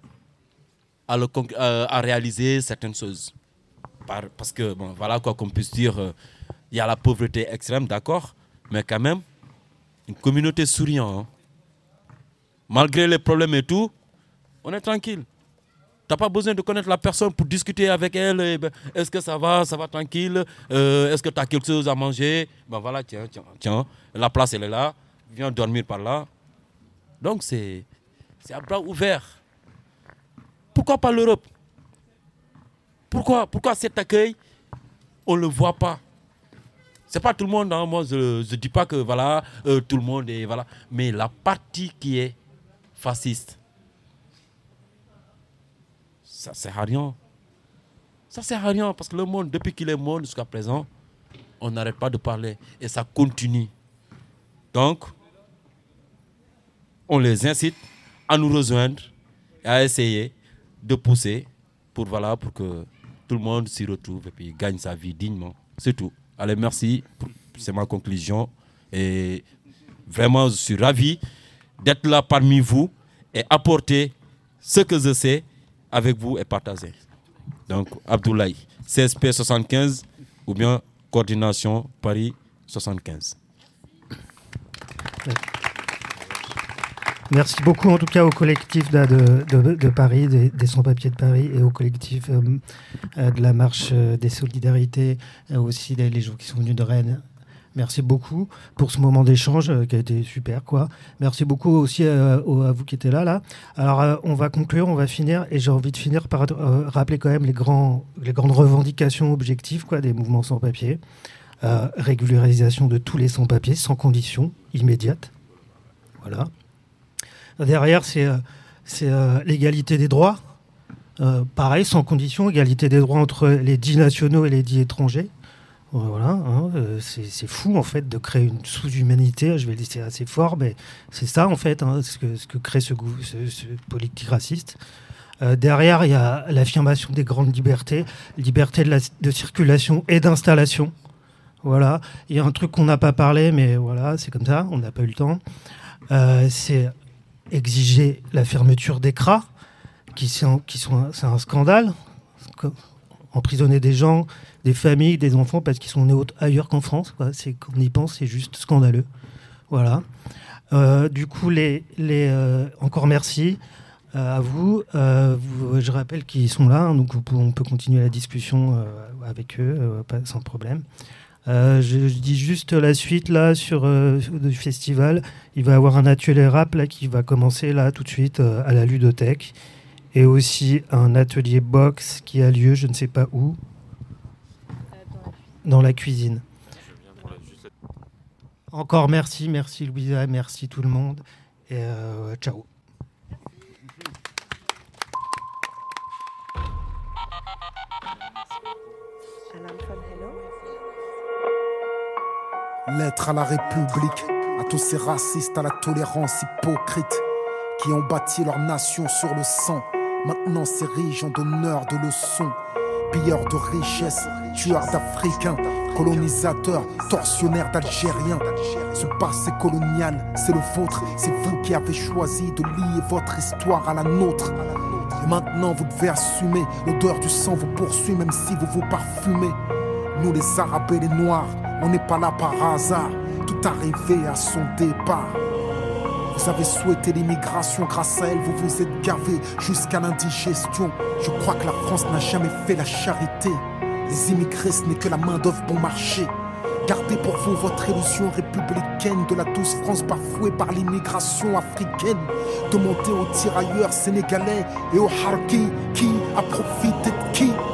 à réaliser certaines choses. Parce que, bon, voilà quoi qu'on puisse dire, il y a la pauvreté extrême, d'accord, mais quand même, une communauté souriante. Hein. Malgré les problèmes et tout, on est tranquille. Tu n'as pas besoin de connaître la personne pour discuter avec elle. Est-ce que ça va tranquille? Est-ce que tu as quelque chose à manger? Ben voilà, tiens, la place elle est là, viens dormir par là. Donc c'est à bras ouverts. Pourquoi pas l'Europe? Pourquoi cet accueil, on ne le voit pas? C'est pas tout le monde, hein. Moi je ne dis pas que voilà, tout le monde est... Voilà. Mais la partie qui est fasciste, ça ne sert à rien. Ça ne sert à rien parce que le monde, depuis qu'il est monde jusqu'à présent, on n'arrête pas de parler et ça continue. Donc, on les incite à nous rejoindre et à essayer de pousser pour que tout le monde s'y retrouve et puis gagne sa vie dignement. C'est tout. Allez, merci. C'est ma conclusion. Et vraiment, je suis ravi d'être là parmi vous et apporter ce que je sais avec vous et partager. Donc, Abdoulaye, CSP 75 ou bien Coordination Paris 75. Merci beaucoup en tout cas au collectif de Paris, des sans-papiers de Paris et au collectif de la marche des solidarités, aussi les gens qui sont venus de Rennes. Merci beaucoup pour ce moment d'échange qui a été super, quoi. Merci beaucoup aussi à vous qui étiez là. Alors, on va conclure, on va finir, et j'ai envie de finir par rappeler quand même les grandes revendications objectives, quoi, des mouvements sans-papiers. Régularisation de tous les sans-papiers, sans condition immédiate. Voilà. Derrière, c'est l'égalité des droits. Pareil, sans condition, égalité des droits entre les dits nationaux et les dits étrangers. Voilà, hein, c'est fou en fait de créer une sous-humanité. Je vais le dire, c'est assez fort, mais c'est ça en fait, hein, ce que crée ce politique raciste. Derrière, il y a l'affirmation des grandes libertés, liberté de circulation et d'installation. Voilà, il y a un truc qu'on n'a pas parlé, mais voilà, c'est comme ça, on n'a pas eu le temps. C'est exiger la fermeture des CRA, c'est un scandale. Emprisonner des gens, des familles, des enfants parce qu'ils sont nés ailleurs qu'en France, quoi. Quand on y pense, c'est juste scandaleux. Voilà. Du coup, encore merci à vous. Je rappelle qu'ils sont là, hein, donc on peut continuer la discussion avec eux, sans problème. Je dis juste la suite là sur du festival. Il va y avoir un atelier rap là, qui va commencer là tout de suite à la ludothèque. Et aussi un atelier boxe qui a lieu, je ne sais pas où, dans la cuisine. Encore merci Louisa, merci tout le monde, et ciao. Lettre à la République, à tous ces racistes, à la tolérance hypocrite, qui ont bâti leur nation sur le sang. Maintenant s'érigent en donneurs de leçons, pilleurs de richesses, tueurs d'Africains, colonisateurs, tortionnaires d'Algériens. Ce passé colonial, c'est le vôtre, c'est vous qui avez choisi de lier votre histoire à la nôtre. Et maintenant vous devez assumer, l'odeur du sang vous poursuit même si vous vous parfumez. Nous les Arabes et les Noirs, on n'est pas là par hasard, tout arrivé à son départ. Vous avez souhaité l'immigration, grâce à elle vous vous êtes gavé jusqu'à l'indigestion. Je crois que la France n'a jamais fait la charité. Les immigrés ce n'est que la main d'œuvre bon marché. Gardez pour vous votre illusion républicaine de la douce France bafouée par l'immigration africaine. Demandez aux tirailleurs sénégalais et aux harkis qui a profité de qui.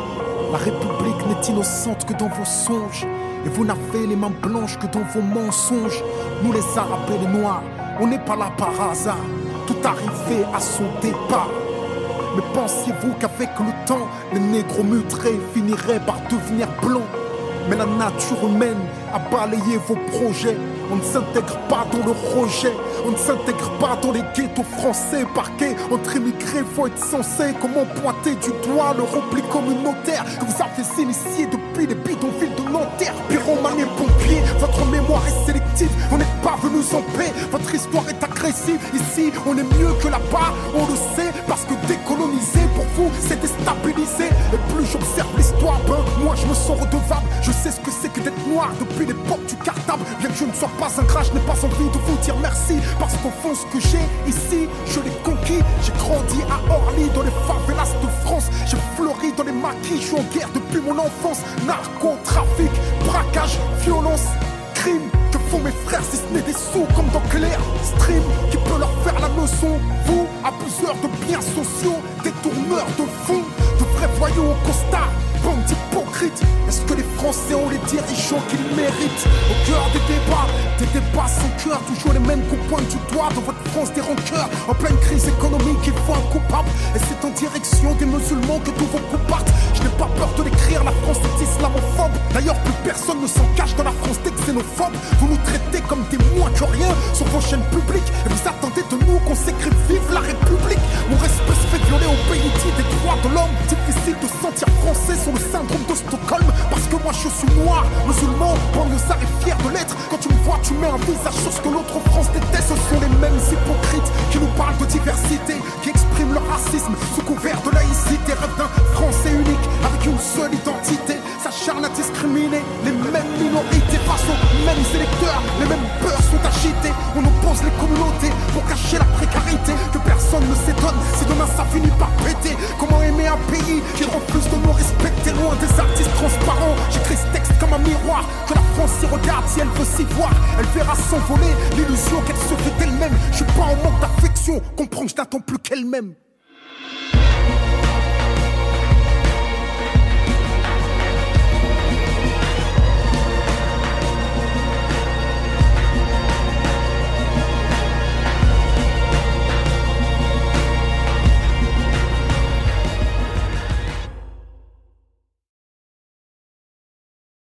La République n'est innocente que dans vos songes. Et vous n'avez les mains blanches que dans vos mensonges. Nous les Arabes et les Noirs, on n'est pas là par hasard. Tout arrivé à son départ. Mais pensiez-vous qu'avec le temps, les négros mutrés finiraient par devenir blancs? Mais la nature humaine a balayé vos projets. On ne s'intègre pas dans le rejet. On ne s'intègre pas dans les ghettos français. Parqués entre immigrés, faut être censé. Comment pointer du doigt le repli communautaire que vous avez initié depuis les bidonvilles de Nanterre? Pyromane et pompiers, votre mémoire est sélective. On n'est pas venus en paix, votre histoire est agressive. Ici, on est mieux que là-bas, on le sait. Parce que décoloniser, pour vous, c'est déstabiliser. Et plus j'observe l'histoire, moi je me sens redevable. Je sais ce que c'est que d'être noir depuis l'époque du cartable. Bien que je ne sois pas un gras, je n'ai pas envie de vous dire merci. Parce qu'au fond, ce que j'ai ici, je l'ai conquis. J'ai grandi à Orly, dans les favelas de France. J'ai fleuri dans les maquis, je suis en guerre depuis mon enfance. Narcotrafic, braquage, violence, crime. Que font mes frères si ce n'est des sous comme dans Clair Stream? Qui peut leur faire la leçon? Vous, abuseurs de biens sociaux, détourneurs de fonds, de vrais voyous au costard, bande d'hypocrites. Est-ce que les Français ont les dirigeants qu'ils méritent? Au cœur des débats sans cœur, toujours les mêmes qu'on pointe du doigt. Dans votre France des rancœurs, en pleine crise économique, il faut un coupable. Et c'est en direction des musulmans que tous vos coups partent. Je n'ai pas peur de l'écrire, la France est islamophobe. D'ailleurs, plus personne ne s'en cache dans la France des xénophobes. Vous nous traitez comme des moins que rien sur vos chaînes publiques. Et vous attendez de nous qu'on s'écrit vive la République. Mon respect se fait violer au pays dit des droits de l'homme. Difficile de se sentir français sur le syndrome de Stockholm. Parce que moi je suis noir, musulman, banlieusard et fier de l'être. Quand tu me vois, tu mets un visage sur ce que l'autre France déteste. Ce sont les mêmes hypocrites qui nous parlent de diversité, qui expriment leur racisme sous couvert de laïcité. Rêve d'un français unique avec une seule identité. S'acharne à discriminer les mêmes minorités face aux mêmes électeurs. Les mêmes peurs sont agités. On oppose les communautés pour cacher la précarité. Que personne ne s'étonne si demain ça finit par péter. Comment aimer un pays qui refuse de nous respecter? Loin des artistes transparents, j'écris ce texte comme un miroir. Que la France s'y regarde si elle veut s'y voir. Elle verra s'envoler l'illusion qu'elle se fait d'elle-même. Je suis pas en manque d'affection, comprends que je n'attends plus qu'elle-même.